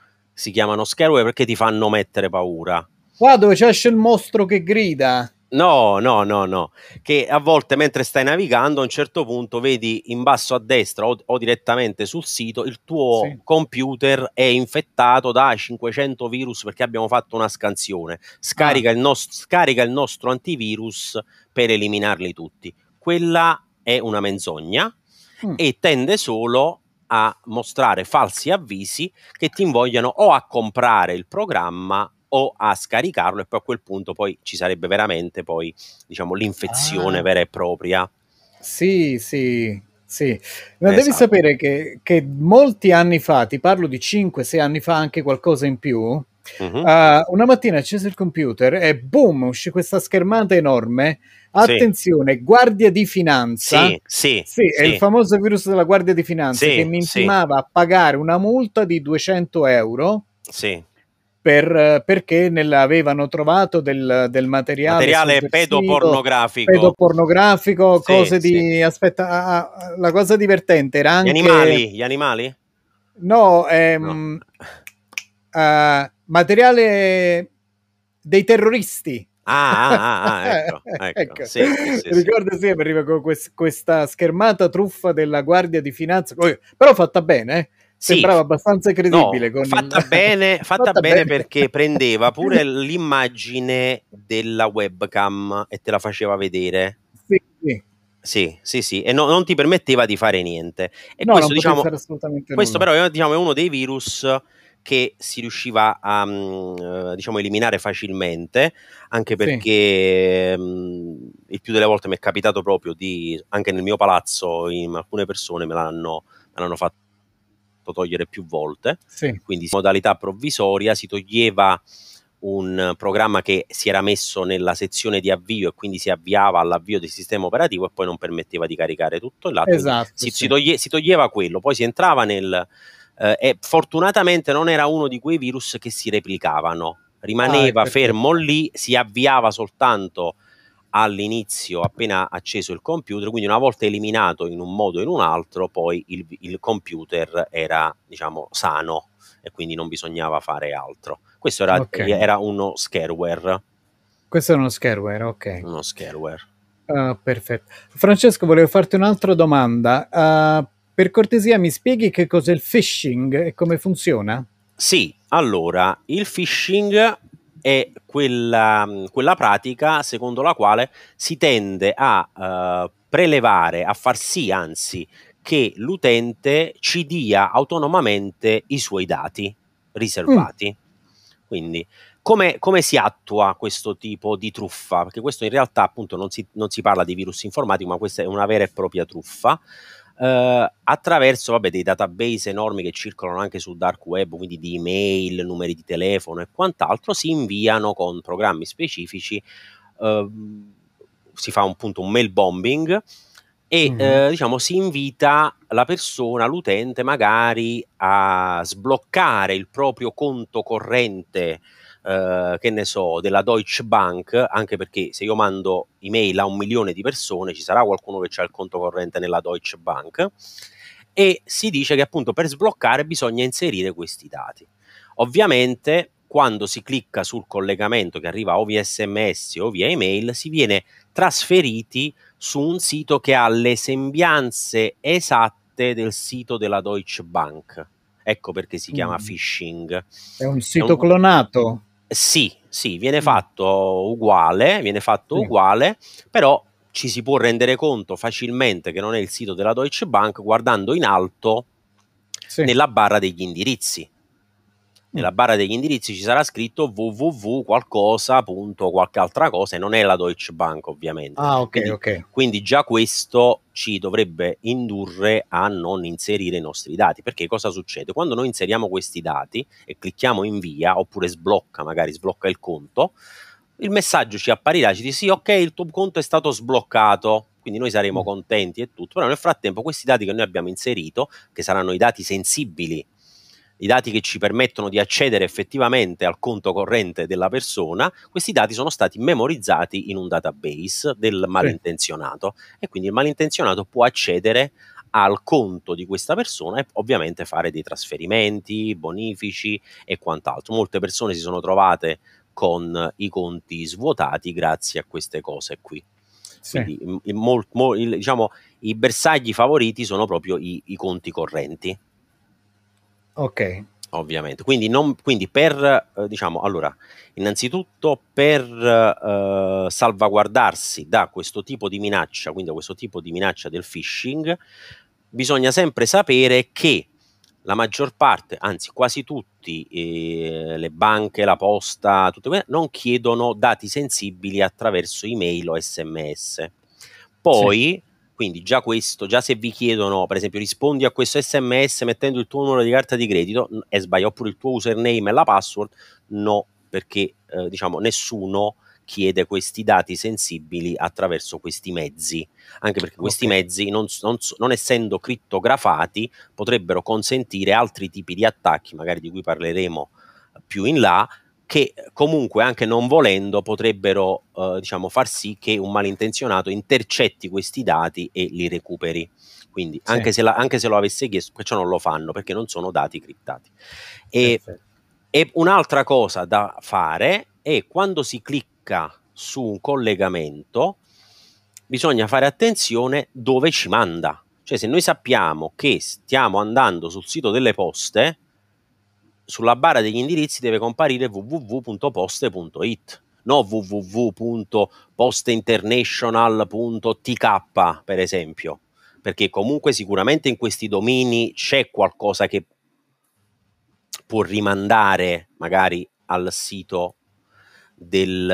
si chiamano scareware perché ti fanno mettere paura. Qua dove c'è il mostro che grida. No, no, no, no, che a volte mentre stai navigando a un certo punto vedi in basso a destra o, o direttamente sul sito il tuo sì. computer è infettato da cinquecento virus perché abbiamo fatto una scansione, scarica, ah. il, nost- scarica il nostro antivirus per eliminarli tutti. Quella è una menzogna mm. e tende solo a mostrare falsi avvisi che ti invogliano o a comprare il programma o a scaricarlo, e poi a quel punto poi ci sarebbe veramente poi, diciamo, l'infezione ah. vera e propria. Sì, sì, sì. Ma esatto. Devi sapere che, che molti anni fa, ti parlo di cinque sei anni fa, anche qualcosa in più, uh-huh. uh, una mattina acceso il computer e boom, uscì questa schermata enorme. Attenzione, sì. Guardia di Finanza. Sì, sì, sì, sì. È il famoso virus della Guardia di Finanza sì, che mi intimava sì. a pagare una multa di duecento euro. Sì. Per, perché nella, avevano trovato del, del materiale, materiale pedopornografico, pedopornografico sì, cose di sì. aspetta, ah, la cosa divertente era anche gli animali, gli animali? No, ehm, no. Uh, materiale dei terroristi. Ah, ah, ah, ecco, ecco. ecco. Sì, sì, sì, ricordo sì, arriva con quest- questa schermata truffa della Guardia di Finanza, però fatta bene, eh? Sembrava sì, abbastanza credibile. No, con fatta il... bene, fatta, fatta bene, bene perché prendeva pure l'immagine della webcam e te la faceva vedere. Sì, sì. Sì, sì, sì, e no, non ti permetteva di fare niente. E no, questo, non diciamo, fare assolutamente questo nulla. però diciamo, è uno dei virus che si riusciva a um, diciamo, eliminare facilmente, anche perché sì. um, il più delle volte mi è capitato proprio di, anche nel mio palazzo, in alcune persone me l'hanno, me l'hanno fatto togliere più volte, sì. Quindi in modalità provvisoria si toglieva un programma che si era messo nella sezione di avvio e quindi si avviava all'avvio del sistema operativo e poi non permetteva di caricare tutto il lato. Esatto, si, sì. si, toglie, si toglieva quello, poi si entrava nel eh, e fortunatamente non era uno di quei virus che si replicavano, rimaneva ah, fermo lì, si avviava soltanto all'inizio appena acceso il computer, quindi una volta eliminato in un modo o in un altro poi il, il computer era, diciamo, sano e quindi non bisognava fare altro. Questo era, okay. era uno scareware. Questo è uno scareware, ok. Uno scareware. Uh, perfetto. Francesco, volevo farti un'altra domanda. Uh, per cortesia mi spieghi che cos'è il phishing e come funziona? Sì, allora, il phishing è quella, quella pratica secondo la quale si tende a uh, prelevare, a far sì anzi che l'utente ci dia autonomamente i suoi dati riservati. Mm. Quindi come, come si attua questo tipo di truffa? Perché questo in realtà appunto non si, non si parla di virus informatico, ma questa è una vera e propria truffa. eh, attraverso vabbè, dei database enormi che circolano anche sul dark web, quindi di email, numeri di telefono e quant'altro, si inviano con programmi specifici, eh, si fa un punto un mail bombing e Mhm. eh, diciamo si invita la persona, l'utente magari a sbloccare il proprio conto corrente, eh, che ne so, della Deutsche Bank, anche perché se io mando email a un milione di persone ci sarà qualcuno che ha il conto corrente nella Deutsche Bank, e si dice che appunto per sbloccare bisogna inserire questi dati. Ovviamente quando si clicca sul collegamento che arriva o via sms o via email, si viene trasferiti su un sito che ha le sembianze esatte del sito della Deutsche Bank. Ecco perché si chiama Mm. phishing. È un È sito un, clonato? sì, sì, viene Mm. fatto uguale, viene fatto Sì. uguale, però ci si può rendere conto facilmente che non è il sito della Deutsche Bank guardando in alto Sì. nella barra degli indirizzi. Nella Mm. barra degli indirizzi ci sarà scritto www qualcosa punto qualche altra cosa e non è la Deutsche Bank ovviamente. Ah, ok, Quindi, ok. quindi già questo ci dovrebbe indurre a non inserire i nostri dati, perché cosa succede? Quando noi inseriamo questi dati e clicchiamo invia oppure sblocca, magari sblocca il conto, il messaggio ci apparirà, ci dice sì, ok, il tuo conto è stato sbloccato, quindi noi saremo Mm. contenti e tutto, però nel frattempo questi dati che noi abbiamo inserito, che saranno i dati sensibili, i dati che ci permettono di accedere effettivamente al conto corrente della persona, questi dati sono stati memorizzati in un database del Sì. malintenzionato e quindi il malintenzionato può accedere al conto di questa persona e ovviamente fare dei trasferimenti, bonifici e quant'altro. Molte persone si sono trovate con i conti svuotati grazie a queste cose qui. Sì. Quindi il, mol, mol, il, diciamo, i bersagli favoriti sono proprio i, i conti correnti. Ok. Ovviamente, quindi, non, quindi per, eh, diciamo, allora, innanzitutto per eh, salvaguardarsi da questo tipo di minaccia, quindi da questo tipo di minaccia del phishing, bisogna sempre sapere che la maggior parte, anzi quasi tutti, eh, le banche, la posta, tutte quelle, non chiedono dati sensibili attraverso email o sms. Sì. Poi, quindi già questo, già se vi chiedono, per esempio, rispondi a questo sms mettendo il tuo numero di carta di credito, è sbagliato, oppure il tuo username e la password, no, perché eh, diciamo nessuno chiede questi dati sensibili attraverso questi mezzi, anche perché questi Ok. mezzi, non, non, non essendo crittografati, potrebbero consentire altri tipi di attacchi, magari di cui parleremo più in là, che comunque anche non volendo potrebbero eh, diciamo far sì che un malintenzionato intercetti questi dati e li recuperi. Quindi Sì. anche se, la, anche se lo avesse chiesto, perciò non lo fanno perché non sono dati criptati. E, Perfetto. e un'altra cosa da fare è quando si clicca su un collegamento, bisogna fare attenzione dove ci manda. Cioè se noi sappiamo che stiamo andando sul sito delle poste, sulla barra degli indirizzi deve comparire w w w punto poste punto it, no w w w punto posteinternational punto t k per esempio, perché comunque sicuramente in questi domini c'è qualcosa che può rimandare magari al sito del,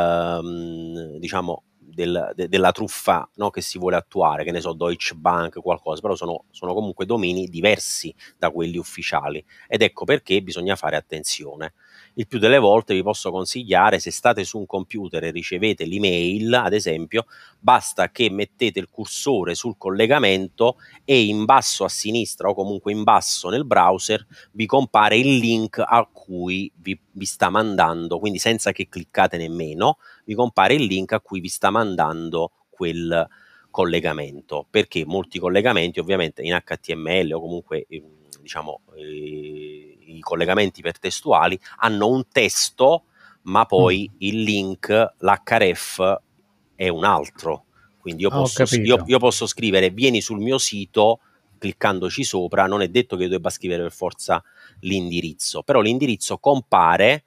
um, diciamo, del, de, della truffa, no, che si vuole attuare, che ne so, Deutsche Bank, qualcosa, però sono, sono comunque domini diversi da quelli ufficiali ed ecco perché bisogna fare attenzione. Il più delle volte vi posso consigliare, se state su un computer e ricevete l'email, ad esempio, basta che mettete il cursore sul collegamento e in basso a sinistra o comunque in basso nel browser vi compare il link a cui vi, vi sta mandando, quindi senza che cliccate nemmeno, vi compare il link a cui vi sta mandando quel collegamento, perché molti collegamenti ovviamente in H T M L o comunque eh, diciamo eh, i collegamenti ipertestuali hanno un testo, ma poi Mm. il link, l'href è un altro. Quindi io Ah, ho posso, io, capito. io posso scrivere vieni sul mio sito cliccandoci sopra, non è detto che io debba scrivere per forza l'indirizzo, però l'indirizzo compare,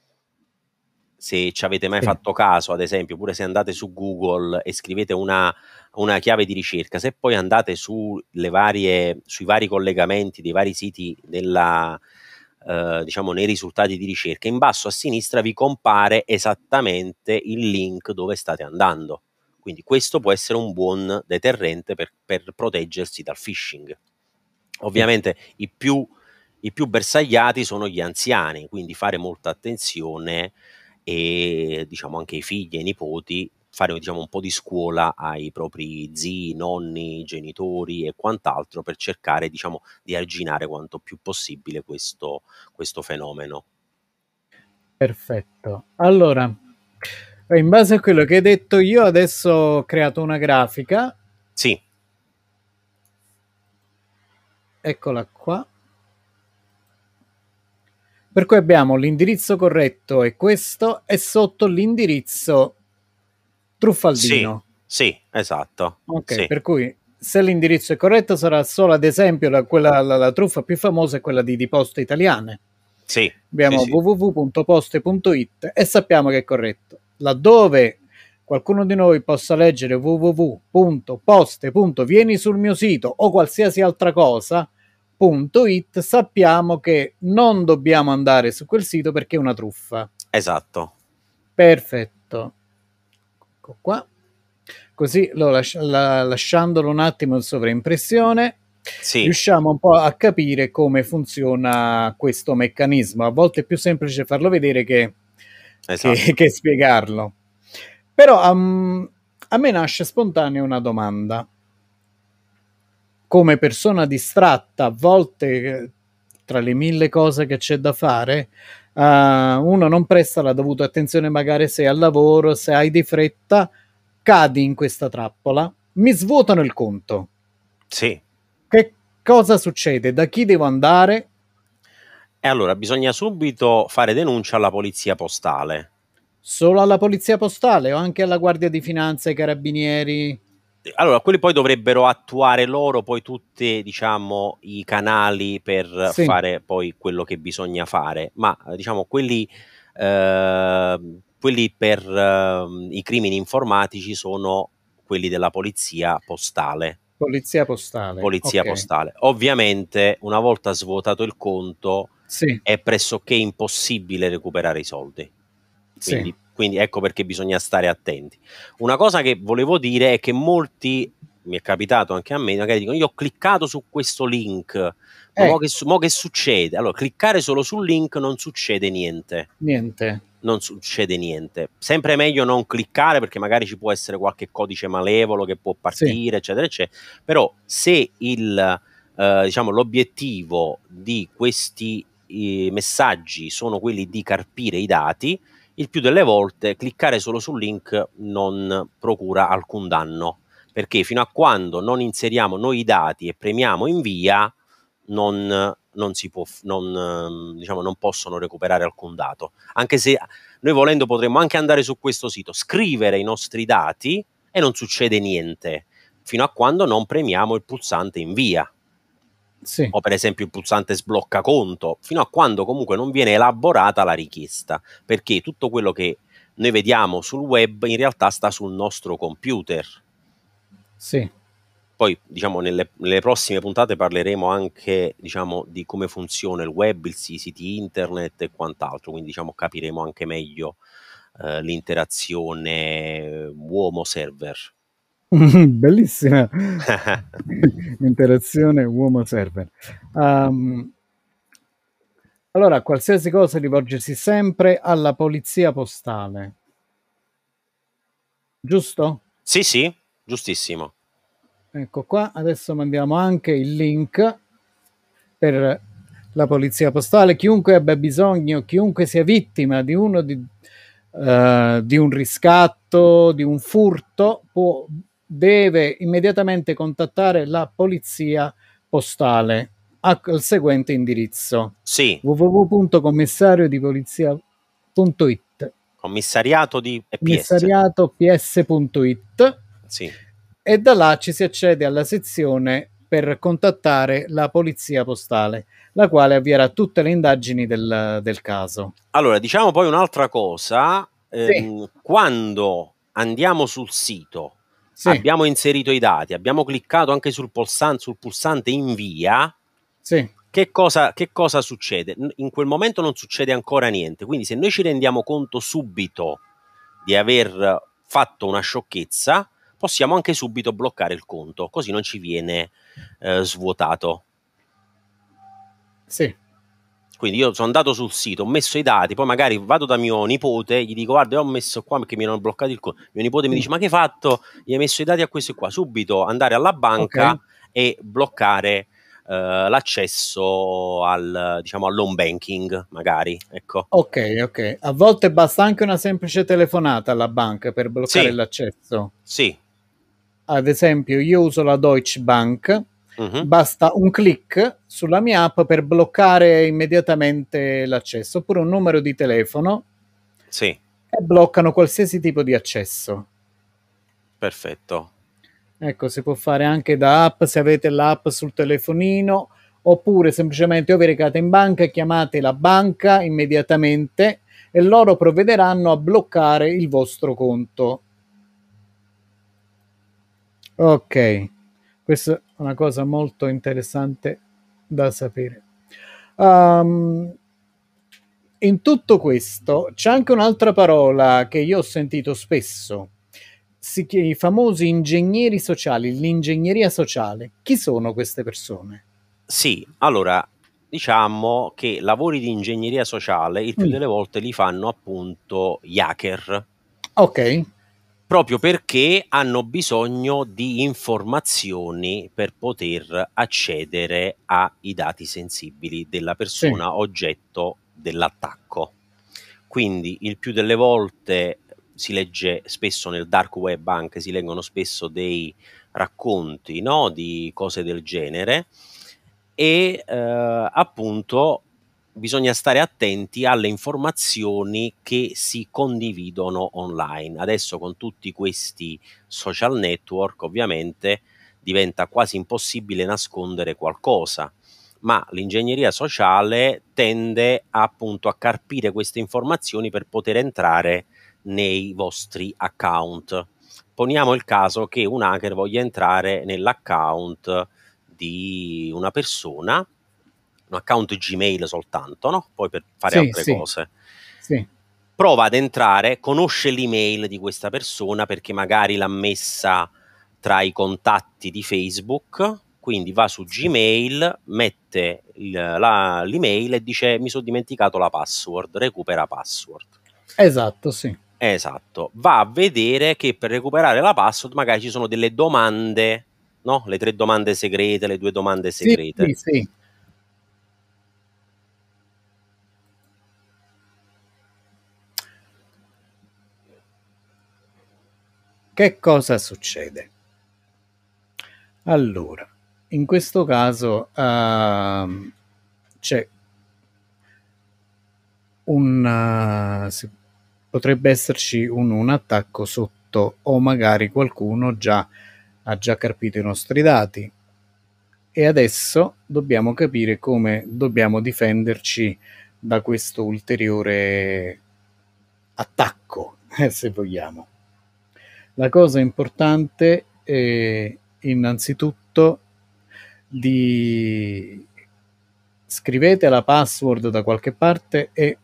se ci avete mai Sì. fatto caso, ad esempio, pure se andate su Google e scrivete una, una chiave di ricerca, se poi andate sulle varie, sui vari collegamenti dei vari siti della, eh, diciamo, nei risultati di ricerca, in basso a sinistra vi compare esattamente il link dove state andando. Quindi questo può essere un buon deterrente per, per proteggersi dal phishing. Ovviamente sì. i, più, i più bersagliati sono gli anziani, quindi fare molta attenzione e diciamo anche i figli e i nipoti, fare diciamo un po' di scuola ai propri zii, nonni, genitori e quant'altro per cercare diciamo di arginare quanto più possibile questo, questo fenomeno. Perfetto. Allora, in base a quello che hai detto, io adesso ho creato una grafica. Sì. Eccola qua. Per cui abbiamo l'indirizzo corretto è questo e sotto l'indirizzo truffaldino. Sì, sì, esatto. Ok, sì. per cui se l'indirizzo è corretto sarà solo ad esempio la, quella, la, la truffa più famosa è quella di, di Poste Italiane. Sì, abbiamo sì, w w w punto poste punto it e sappiamo che è corretto. Laddove qualcuno di noi possa leggere w w w punto poste punto vieni sul mio sito o qualsiasi altra cosa .it, sappiamo che non dobbiamo andare su quel sito perché è una truffa. Esatto. Perfetto. Ecco qua. Così lo lasci- la, lasciandolo un attimo in sovraimpressione, sì. riusciamo un po' a capire come funziona questo meccanismo. A volte è più semplice farlo vedere che, esatto. che, che spiegarlo. Però um, a me nasce spontanea una domanda. Come persona distratta, a volte tra le mille cose che c'è da fare, uh, uno non presta la dovuta attenzione, magari se al lavoro, se hai di fretta, cadi in questa trappola, mi svuotano il conto. Sì. Che cosa succede? Da chi devo andare? E allora bisogna subito fare denuncia alla polizia postale. Solo alla polizia postale o anche alla Guardia di Finanza, ai carabinieri? Allora, quelli poi dovrebbero attuare loro poi tutti, diciamo, i canali per sì. fare poi quello che bisogna fare, ma diciamo quelli, eh, quelli per eh, i crimini informatici sono quelli della polizia postale. Polizia postale. Polizia okay. postale. Ovviamente, una volta svuotato il conto, sì. è pressoché impossibile recuperare i soldi. Quindi, sì. quindi ecco perché bisogna stare attenti. Una cosa che volevo dire è che molti, mi è capitato anche a me, magari dicono io ho cliccato su questo link, ma eh. mo, che, mo che succede? Allora, cliccare solo sul link non succede niente. Niente. Non succede niente. Sempre meglio non cliccare perché magari ci può essere qualche codice malevolo che può partire, sì. eccetera, eccetera. Però se il, eh, diciamo, l'obiettivo di questi eh, messaggi sono quelli di carpire i dati, il più delle volte cliccare solo sul link non procura alcun danno, perché fino a quando non inseriamo noi i dati e premiamo invia, non, non si può, non, diciamo, non possono recuperare alcun dato. Anche se noi volendo potremmo anche andare su questo sito, scrivere i nostri dati e non succede niente, fino a quando non premiamo il pulsante invia. Sì. O per esempio il pulsante sblocca conto, fino a quando comunque non viene elaborata la richiesta, perché tutto quello che noi vediamo sul web in realtà sta sul nostro computer. Sì. Poi diciamo nelle, nelle prossime puntate parleremo anche diciamo di come funziona il web, i siti internet e quant'altro, quindi diciamo capiremo anche meglio eh, l'interazione uomo-server. Bellissima interazione uomo-server. Um, allora, qualsiasi cosa rivolgersi sempre alla polizia postale. Giusto? Sì, sì, giustissimo. Ecco qua, adesso mandiamo anche il link per la polizia postale. Chiunque abbia bisogno, chiunque sia vittima di uno di, uh, di un riscatto, di un furto, può deve immediatamente contattare la polizia postale al seguente indirizzo: sì. w w w punto commissario di polizia punto it commissariato di P S. commissariato p s punto it sì. E da là ci si accede alla sezione per contattare la polizia postale, la quale avvierà tutte le indagini del, del caso. Allora, diciamo poi un'altra cosa, ehm, sì. Quando andiamo sul sito, sì. abbiamo inserito i dati, abbiamo cliccato anche sul pulsante, sul pulsante invia, sì. che, cosa, che cosa succede? In quel momento non succede ancora niente, quindi se noi ci rendiamo conto subito di aver fatto una sciocchezza, possiamo anche subito bloccare il conto, così non ci viene eh, svuotato. Sì. Quindi io sono andato sul sito, ho messo i dati, poi magari vado da mio nipote, gli dico guarda, io ho messo qua perché mi hanno bloccato il conto. Mio nipote mi Sì. dice ma che hai fatto? Gli hai messo i dati a questo e qua. Subito andare alla banca Ok. e bloccare eh, l'accesso al, diciamo, all'home banking, magari, ecco. Ok, ok. A volte basta anche una semplice telefonata alla banca per bloccare Sì, l'accesso. sì. Ad esempio, io uso la Deutsche Bank, Mhm. basta un clic sulla mia app per bloccare immediatamente l'accesso, oppure un numero di telefono Sì, e bloccano qualsiasi tipo di accesso. perfetto. Ecco, si può fare anche da app se avete l'app sul telefonino, oppure semplicemente o vi recate in banca e chiamate la banca immediatamente e loro provvederanno a bloccare il vostro conto. Ok, questa è una cosa molto interessante da sapere. Um, in tutto questo c'è anche un'altra parola che io ho sentito spesso, si chiama, i famosi ingegneri sociali, l'ingegneria sociale. Chi sono queste persone? Sì, allora, diciamo che lavori di ingegneria sociale il più Mm. delle volte li fanno appunto gli hacker. Ok, Proprio perché hanno bisogno di informazioni per poter accedere ai dati sensibili della sì, persona oggetto dell'attacco. Quindi il più delle volte si legge spesso nel dark web, anche si leggono spesso dei racconti, no, di cose del genere e eh, appunto bisogna stare attenti alle informazioni che si condividono online. Adesso con tutti questi social network ovviamente diventa quasi impossibile nascondere qualcosa, ma l'ingegneria sociale tende appunto a carpire queste informazioni per poter entrare nei vostri account. Poniamo il caso che un hacker voglia entrare nell'account di una persona, un account Gmail soltanto, no? Poi per fare sì, altre sì, cose. sì, Prova ad entrare, conosce l'email di questa persona perché magari l'ha messa tra i contatti di Facebook, quindi va su sì. Gmail, mette il- la- l'email e dice mi sono dimenticato la password, recupera password. Esatto, sì. Esatto, va a vedere che per recuperare la password magari ci sono delle domande, no? Le tre domande segrete, le due domande Sì, segrete. sì, sì. Che cosa succede? Allora, in questo caso ehm, c'è un uh, si- potrebbe esserci un, un attacco sotto o magari qualcuno già ha già carpito i nostri dati e adesso dobbiamo capire come dobbiamo difenderci da questo ulteriore attacco, eh, se vogliamo. La cosa importante è innanzitutto di scrivete la password da qualche parte e,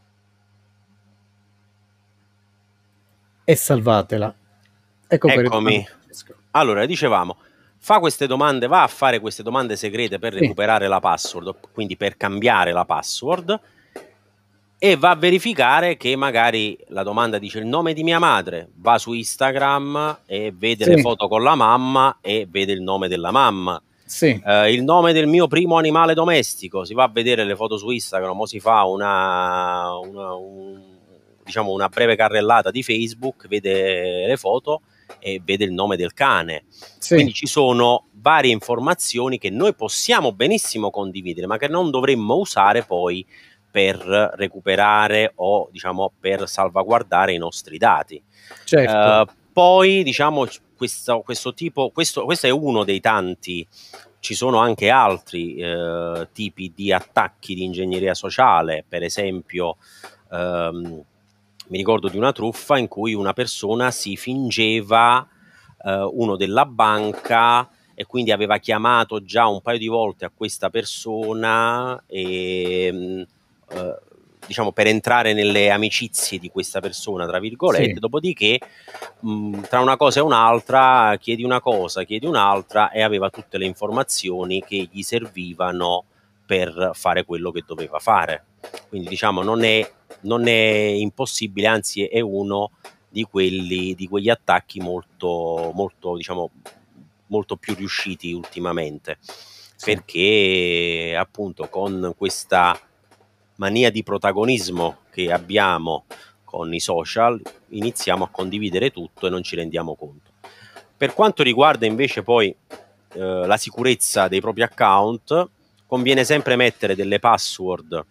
e salvatela. Ecco per ritornare a Eccomi. Francesco. Allora, dicevamo, fa queste domande, va a fare queste domande segrete per Sì, recuperare la password, quindi per cambiare la password, e va a verificare che magari la domanda dice il nome di mia madre, va su Instagram e vede le sì, foto con la mamma e vede il nome della mamma. sì, Eh, il nome del mio primo animale domestico, si va a vedere le foto su Instagram o si fa una, una, un, diciamo una breve carrellata di Facebook, vede le foto e vede il nome del cane. sì, Quindi ci sono varie informazioni che noi possiamo benissimo condividere, ma che non dovremmo usare poi per recuperare o diciamo per salvaguardare i nostri dati. certo. Uh, poi diciamo questo, questo tipo, questo, questo è uno dei tanti, ci sono anche altri eh, tipi di attacchi di ingegneria sociale, per esempio ehm, mi ricordo di una truffa in cui una persona si fingeva eh, uno della banca e quindi aveva chiamato già un paio di volte a questa persona e, eh, diciamo, per entrare nelle amicizie di questa persona, tra virgolette, Sì. dopodiché mh, tra una cosa e un'altra chiedi una cosa, chiedi un'altra, e aveva tutte le informazioni che gli servivano per fare quello che doveva fare. Quindi diciamo non è, non è impossibile, anzi è uno di quelli, di quegli attacchi molto, molto, diciamo, molto più riusciti ultimamente, Sì. perché appunto con questa mania di protagonismo che abbiamo con i social iniziamo a condividere tutto e non ci rendiamo conto. Per quanto riguarda invece poi eh, la sicurezza dei propri account, conviene sempre mettere delle password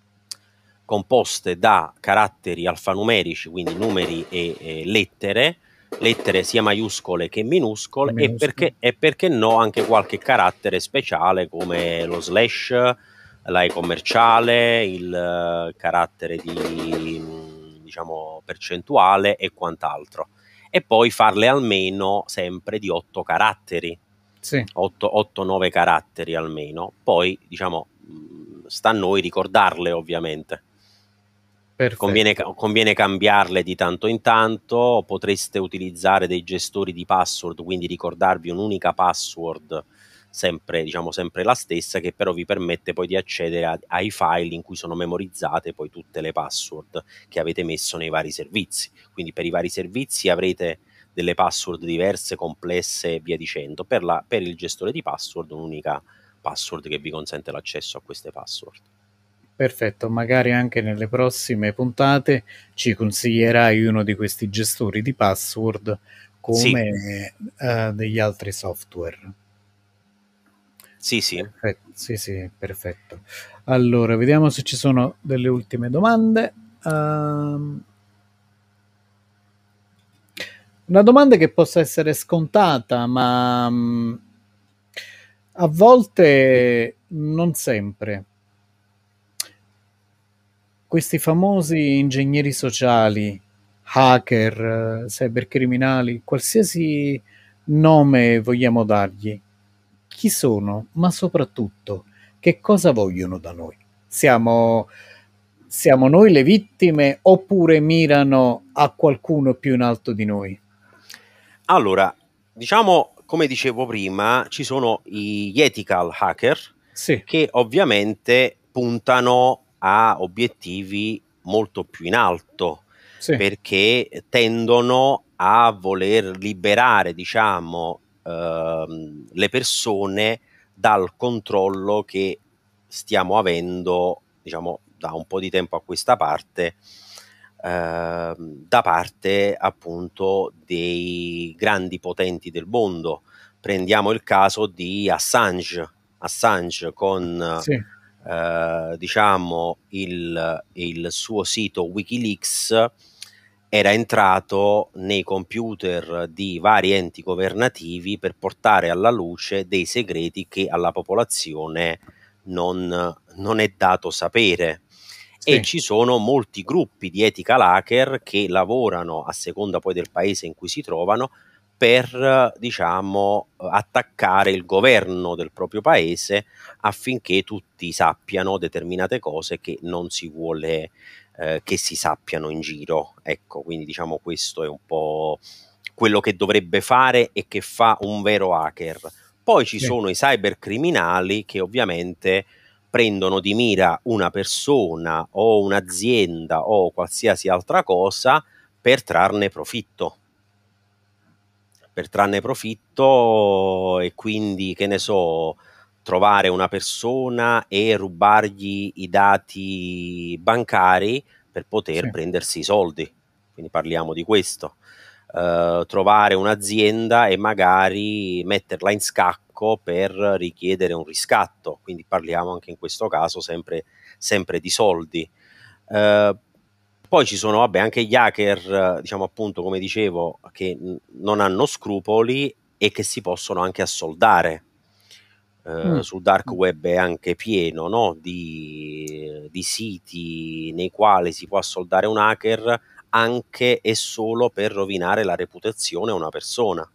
composte da caratteri alfanumerici, quindi numeri e, e lettere, lettere sia maiuscole che minuscole, e perché, e perché no anche qualche carattere speciale come lo slash, la E commerciale, il uh, carattere di diciamo percentuale e quant'altro, e poi farle almeno sempre di otto caratteri, Sì. otto nove caratteri almeno, poi diciamo sta a noi ricordarle ovviamente. Conviene, conviene cambiarle di tanto in tanto, potreste utilizzare dei gestori di password, quindi ricordarvi un'unica password, sempre, diciamo, sempre la stessa, che però vi permette poi di accedere a, ai file in cui sono memorizzate poi tutte le password che avete messo nei vari servizi. Quindi per i vari servizi avrete delle password diverse, complesse e via dicendo. Per, la, per il gestore di password un'unica password che vi consente l'accesso a queste password. Perfetto, magari anche nelle prossime puntate ci consiglierai uno di questi gestori di password come sì. uh, degli altri software. Sì, sì. Perfetto, sì, sì, perfetto. Allora, vediamo se ci sono delle ultime domande. Uh, una domanda che possa essere scontata, ma um, a volte non sempre. Questi famosi ingegneri sociali, hacker, cybercriminali, qualsiasi nome vogliamo dargli, chi sono? Ma soprattutto, che cosa vogliono da noi? Siamo, siamo noi le vittime oppure mirano a qualcuno più in alto di noi? Allora, diciamo, come dicevo prima, ci sono gli ethical hacker, sì. che ovviamente puntano a obiettivi molto più in alto, sì. perché tendono a voler liberare, diciamo, ehm, le persone dal controllo che stiamo avendo, diciamo, da un po' di tempo a questa parte, eh, da parte appunto dei grandi potenti del mondo. Prendiamo il caso di Assange, Assange con sì. eh, diciamo il, il suo sito Wikileaks era entrato nei computer di vari enti governativi per portare alla luce dei segreti che alla popolazione non, non è dato sapere. Sì. E ci sono molti gruppi di ethical hacker che lavorano, a seconda poi del paese in cui si trovano, per, diciamo, attaccare il governo del proprio paese affinché tutti sappiano determinate cose che non si vuole eh, che si sappiano in giro. Ecco, quindi diciamo questo è un po' quello che dovrebbe fare e che fa un vero hacker. Poi ci sì. sono i cybercriminali che ovviamente prendono di mira una persona o un'azienda o qualsiasi altra cosa per trarne profitto. per trarne profitto e quindi, che ne so, trovare una persona e rubargli i dati bancari per poter sì. prendersi i soldi. Quindi parliamo di questo. Uh, trovare un'azienda e magari metterla in scacco per richiedere un riscatto. Quindi parliamo anche in questo caso sempre, sempre di soldi. Uh, Poi ci sono, vabbè, anche gli hacker, diciamo appunto, come dicevo, che n- non hanno scrupoli e che si possono anche assoldare. Eh, mm. Sul dark web è anche pieno, no? di, di siti nei quali si può assoldare un hacker anche e solo per rovinare la reputazione a una persona.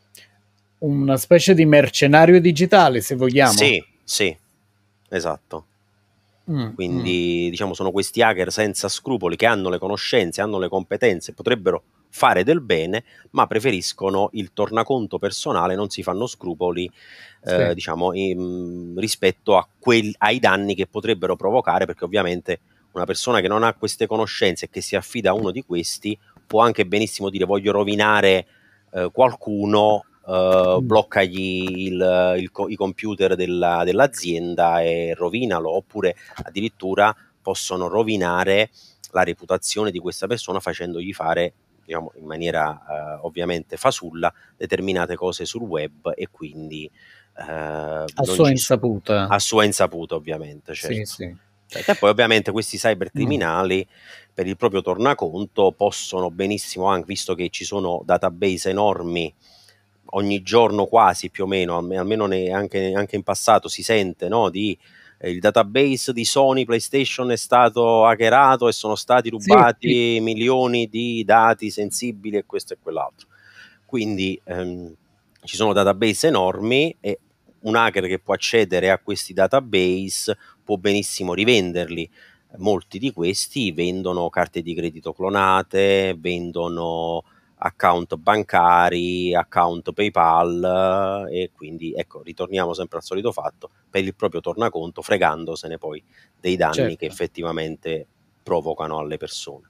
Una specie di mercenario digitale, se vogliamo. Sì, sì, esatto. Mh, mh. Quindi, diciamo, sono questi hacker senza scrupoli che hanno le conoscenze, hanno le competenze, potrebbero fare del bene, ma preferiscono il tornaconto personale, non si fanno scrupoli, eh, Sì. diciamo, in- rispetto a quel- ai danni che potrebbero provocare, perché ovviamente una persona che non ha queste conoscenze e che si affida a uno di questi può anche benissimo dire voglio rovinare eh, qualcuno, eh, Mh. bloccagli il- il co- i computer della- dell'azienda e rovinalo, oppure addirittura possono rovinare la reputazione di questa persona facendogli fare, diciamo, in maniera eh, ovviamente fasulla determinate cose sul web, e quindi eh, A non sua ci so- insaputa. a sua insaputa, ovviamente, Sì, certo. sì. Certo. E poi ovviamente questi Mh. cybercriminali per il proprio tornaconto possono benissimo, anche visto che ci sono database enormi, ogni giorno quasi più o meno, alme- almeno ne- anche, anche in passato si sente, no, di eh, il database di Sony PlayStation è stato hackerato e sono stati Sì, sì. rubati milioni di dati sensibili e questo e quell'altro. Quindi ehm, ci sono database enormi e un hacker che può accedere a questi database può benissimo rivenderli. Molti di questi vendono carte di credito clonate, vendono account bancari, account PayPal, eh, e quindi ecco, ritorniamo sempre al solito fatto, per il proprio tornaconto, fregandosene poi dei danni che Certo. effettivamente provocano alle persone.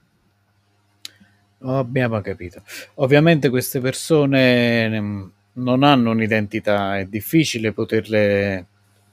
Abbiamo capito. Ovviamente queste persone mh, non hanno un'identità, è difficile poterle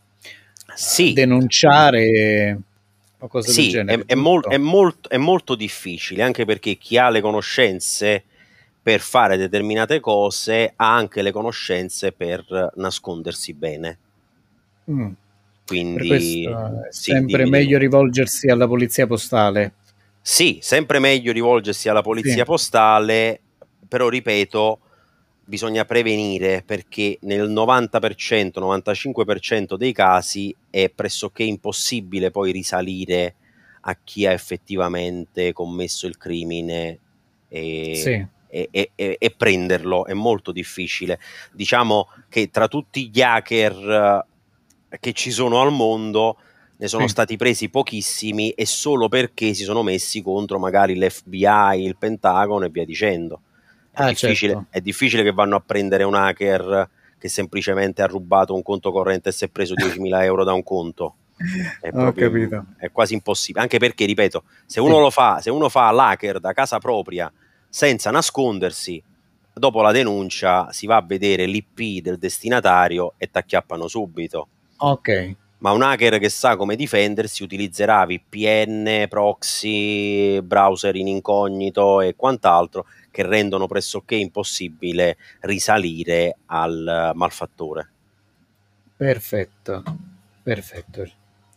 eh, Sì, denunciare o cose del sì, è, genere, è mol- è giusto? molt- è molto difficile, anche perché chi ha le conoscenze per fare determinate cose ha anche le conoscenze per nascondersi bene. Mm. Per Quindi questo è sì, sempre dimmi, dimmi. meglio rivolgersi alla polizia postale. Sì, sempre meglio rivolgersi alla Sì, polizia postale, però ripeto, bisogna prevenire, perché nel novanta per cento, novantacinque per cento dei casi è pressoché impossibile poi risalire a chi ha effettivamente commesso il crimine e, sì, e- e- e- e prenderlo, è molto difficile. Diciamo che tra tutti gli hacker eh, che ci sono al mondo ne sono sì. stati presi pochissimi, e solo perché si sono messi contro magari l'F B I, il Pentagono e via dicendo. È Ah, difficile, certo. è difficile che vanno a prendere un hacker che semplicemente ha rubato un conto corrente e si è preso diecimila euro da un conto. È Ho proprio im- capito. è quasi impossibile, anche perché, ripeto, se uno Sì. lo fa, se uno fa l'hacker da casa propria senza nascondersi, dopo la denuncia si va a vedere l'I P del destinatario e ti acchiappano subito. Ok. Ma un hacker che sa come difendersi utilizzerà V P N, proxy, browser in incognito e quant'altro, che rendono pressoché impossibile risalire al malfattore. Perfetto. Perfetto.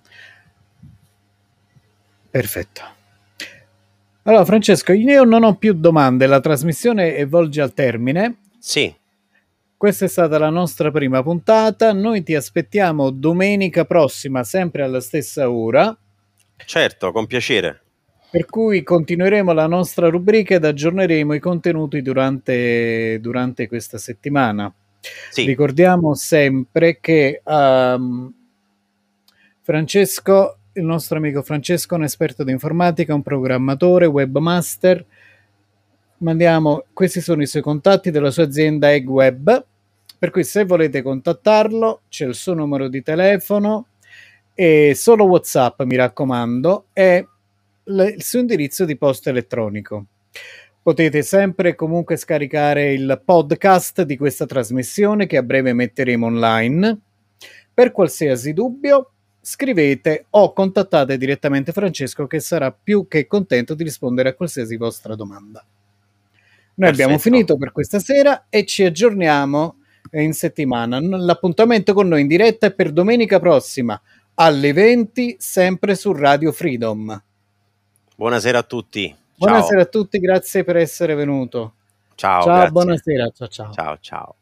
Perfetto. Allora, Francesco, io non ho più domande, la trasmissione volge al termine. Sì, Questa è stata la nostra prima puntata. Noi ti aspettiamo domenica prossima, sempre alla stessa ora. certo, con piacere. Per cui continueremo la nostra rubrica ed aggiorneremo i contenuti durante, durante questa settimana. Sì, Ricordiamo sempre che um, Francesco, il nostro amico Francesco, è un esperto di informatica, un programmatore, webmaster. Mandiamo, questi sono i suoi contatti della sua azienda EggWeb, per cui se volete contattarlo c'è il suo numero di telefono e solo WhatsApp, mi raccomando, e il suo indirizzo di posta elettronico. Potete sempre comunque scaricare il podcast di questa trasmissione che a breve metteremo online. Per qualsiasi dubbio scrivete o contattate direttamente Francesco, che sarà più che contento di rispondere a qualsiasi vostra domanda. Noi abbiamo perfetto. finito per questa sera e ci aggiorniamo in settimana. L'appuntamento con noi in diretta è per domenica prossima alle venti, sempre su Radio Freedom. Buonasera a tutti. Ciao. Buonasera a tutti, grazie per essere venuto. Ciao, Ciao, grazie. buonasera, ciao ciao. Ciao, ciao.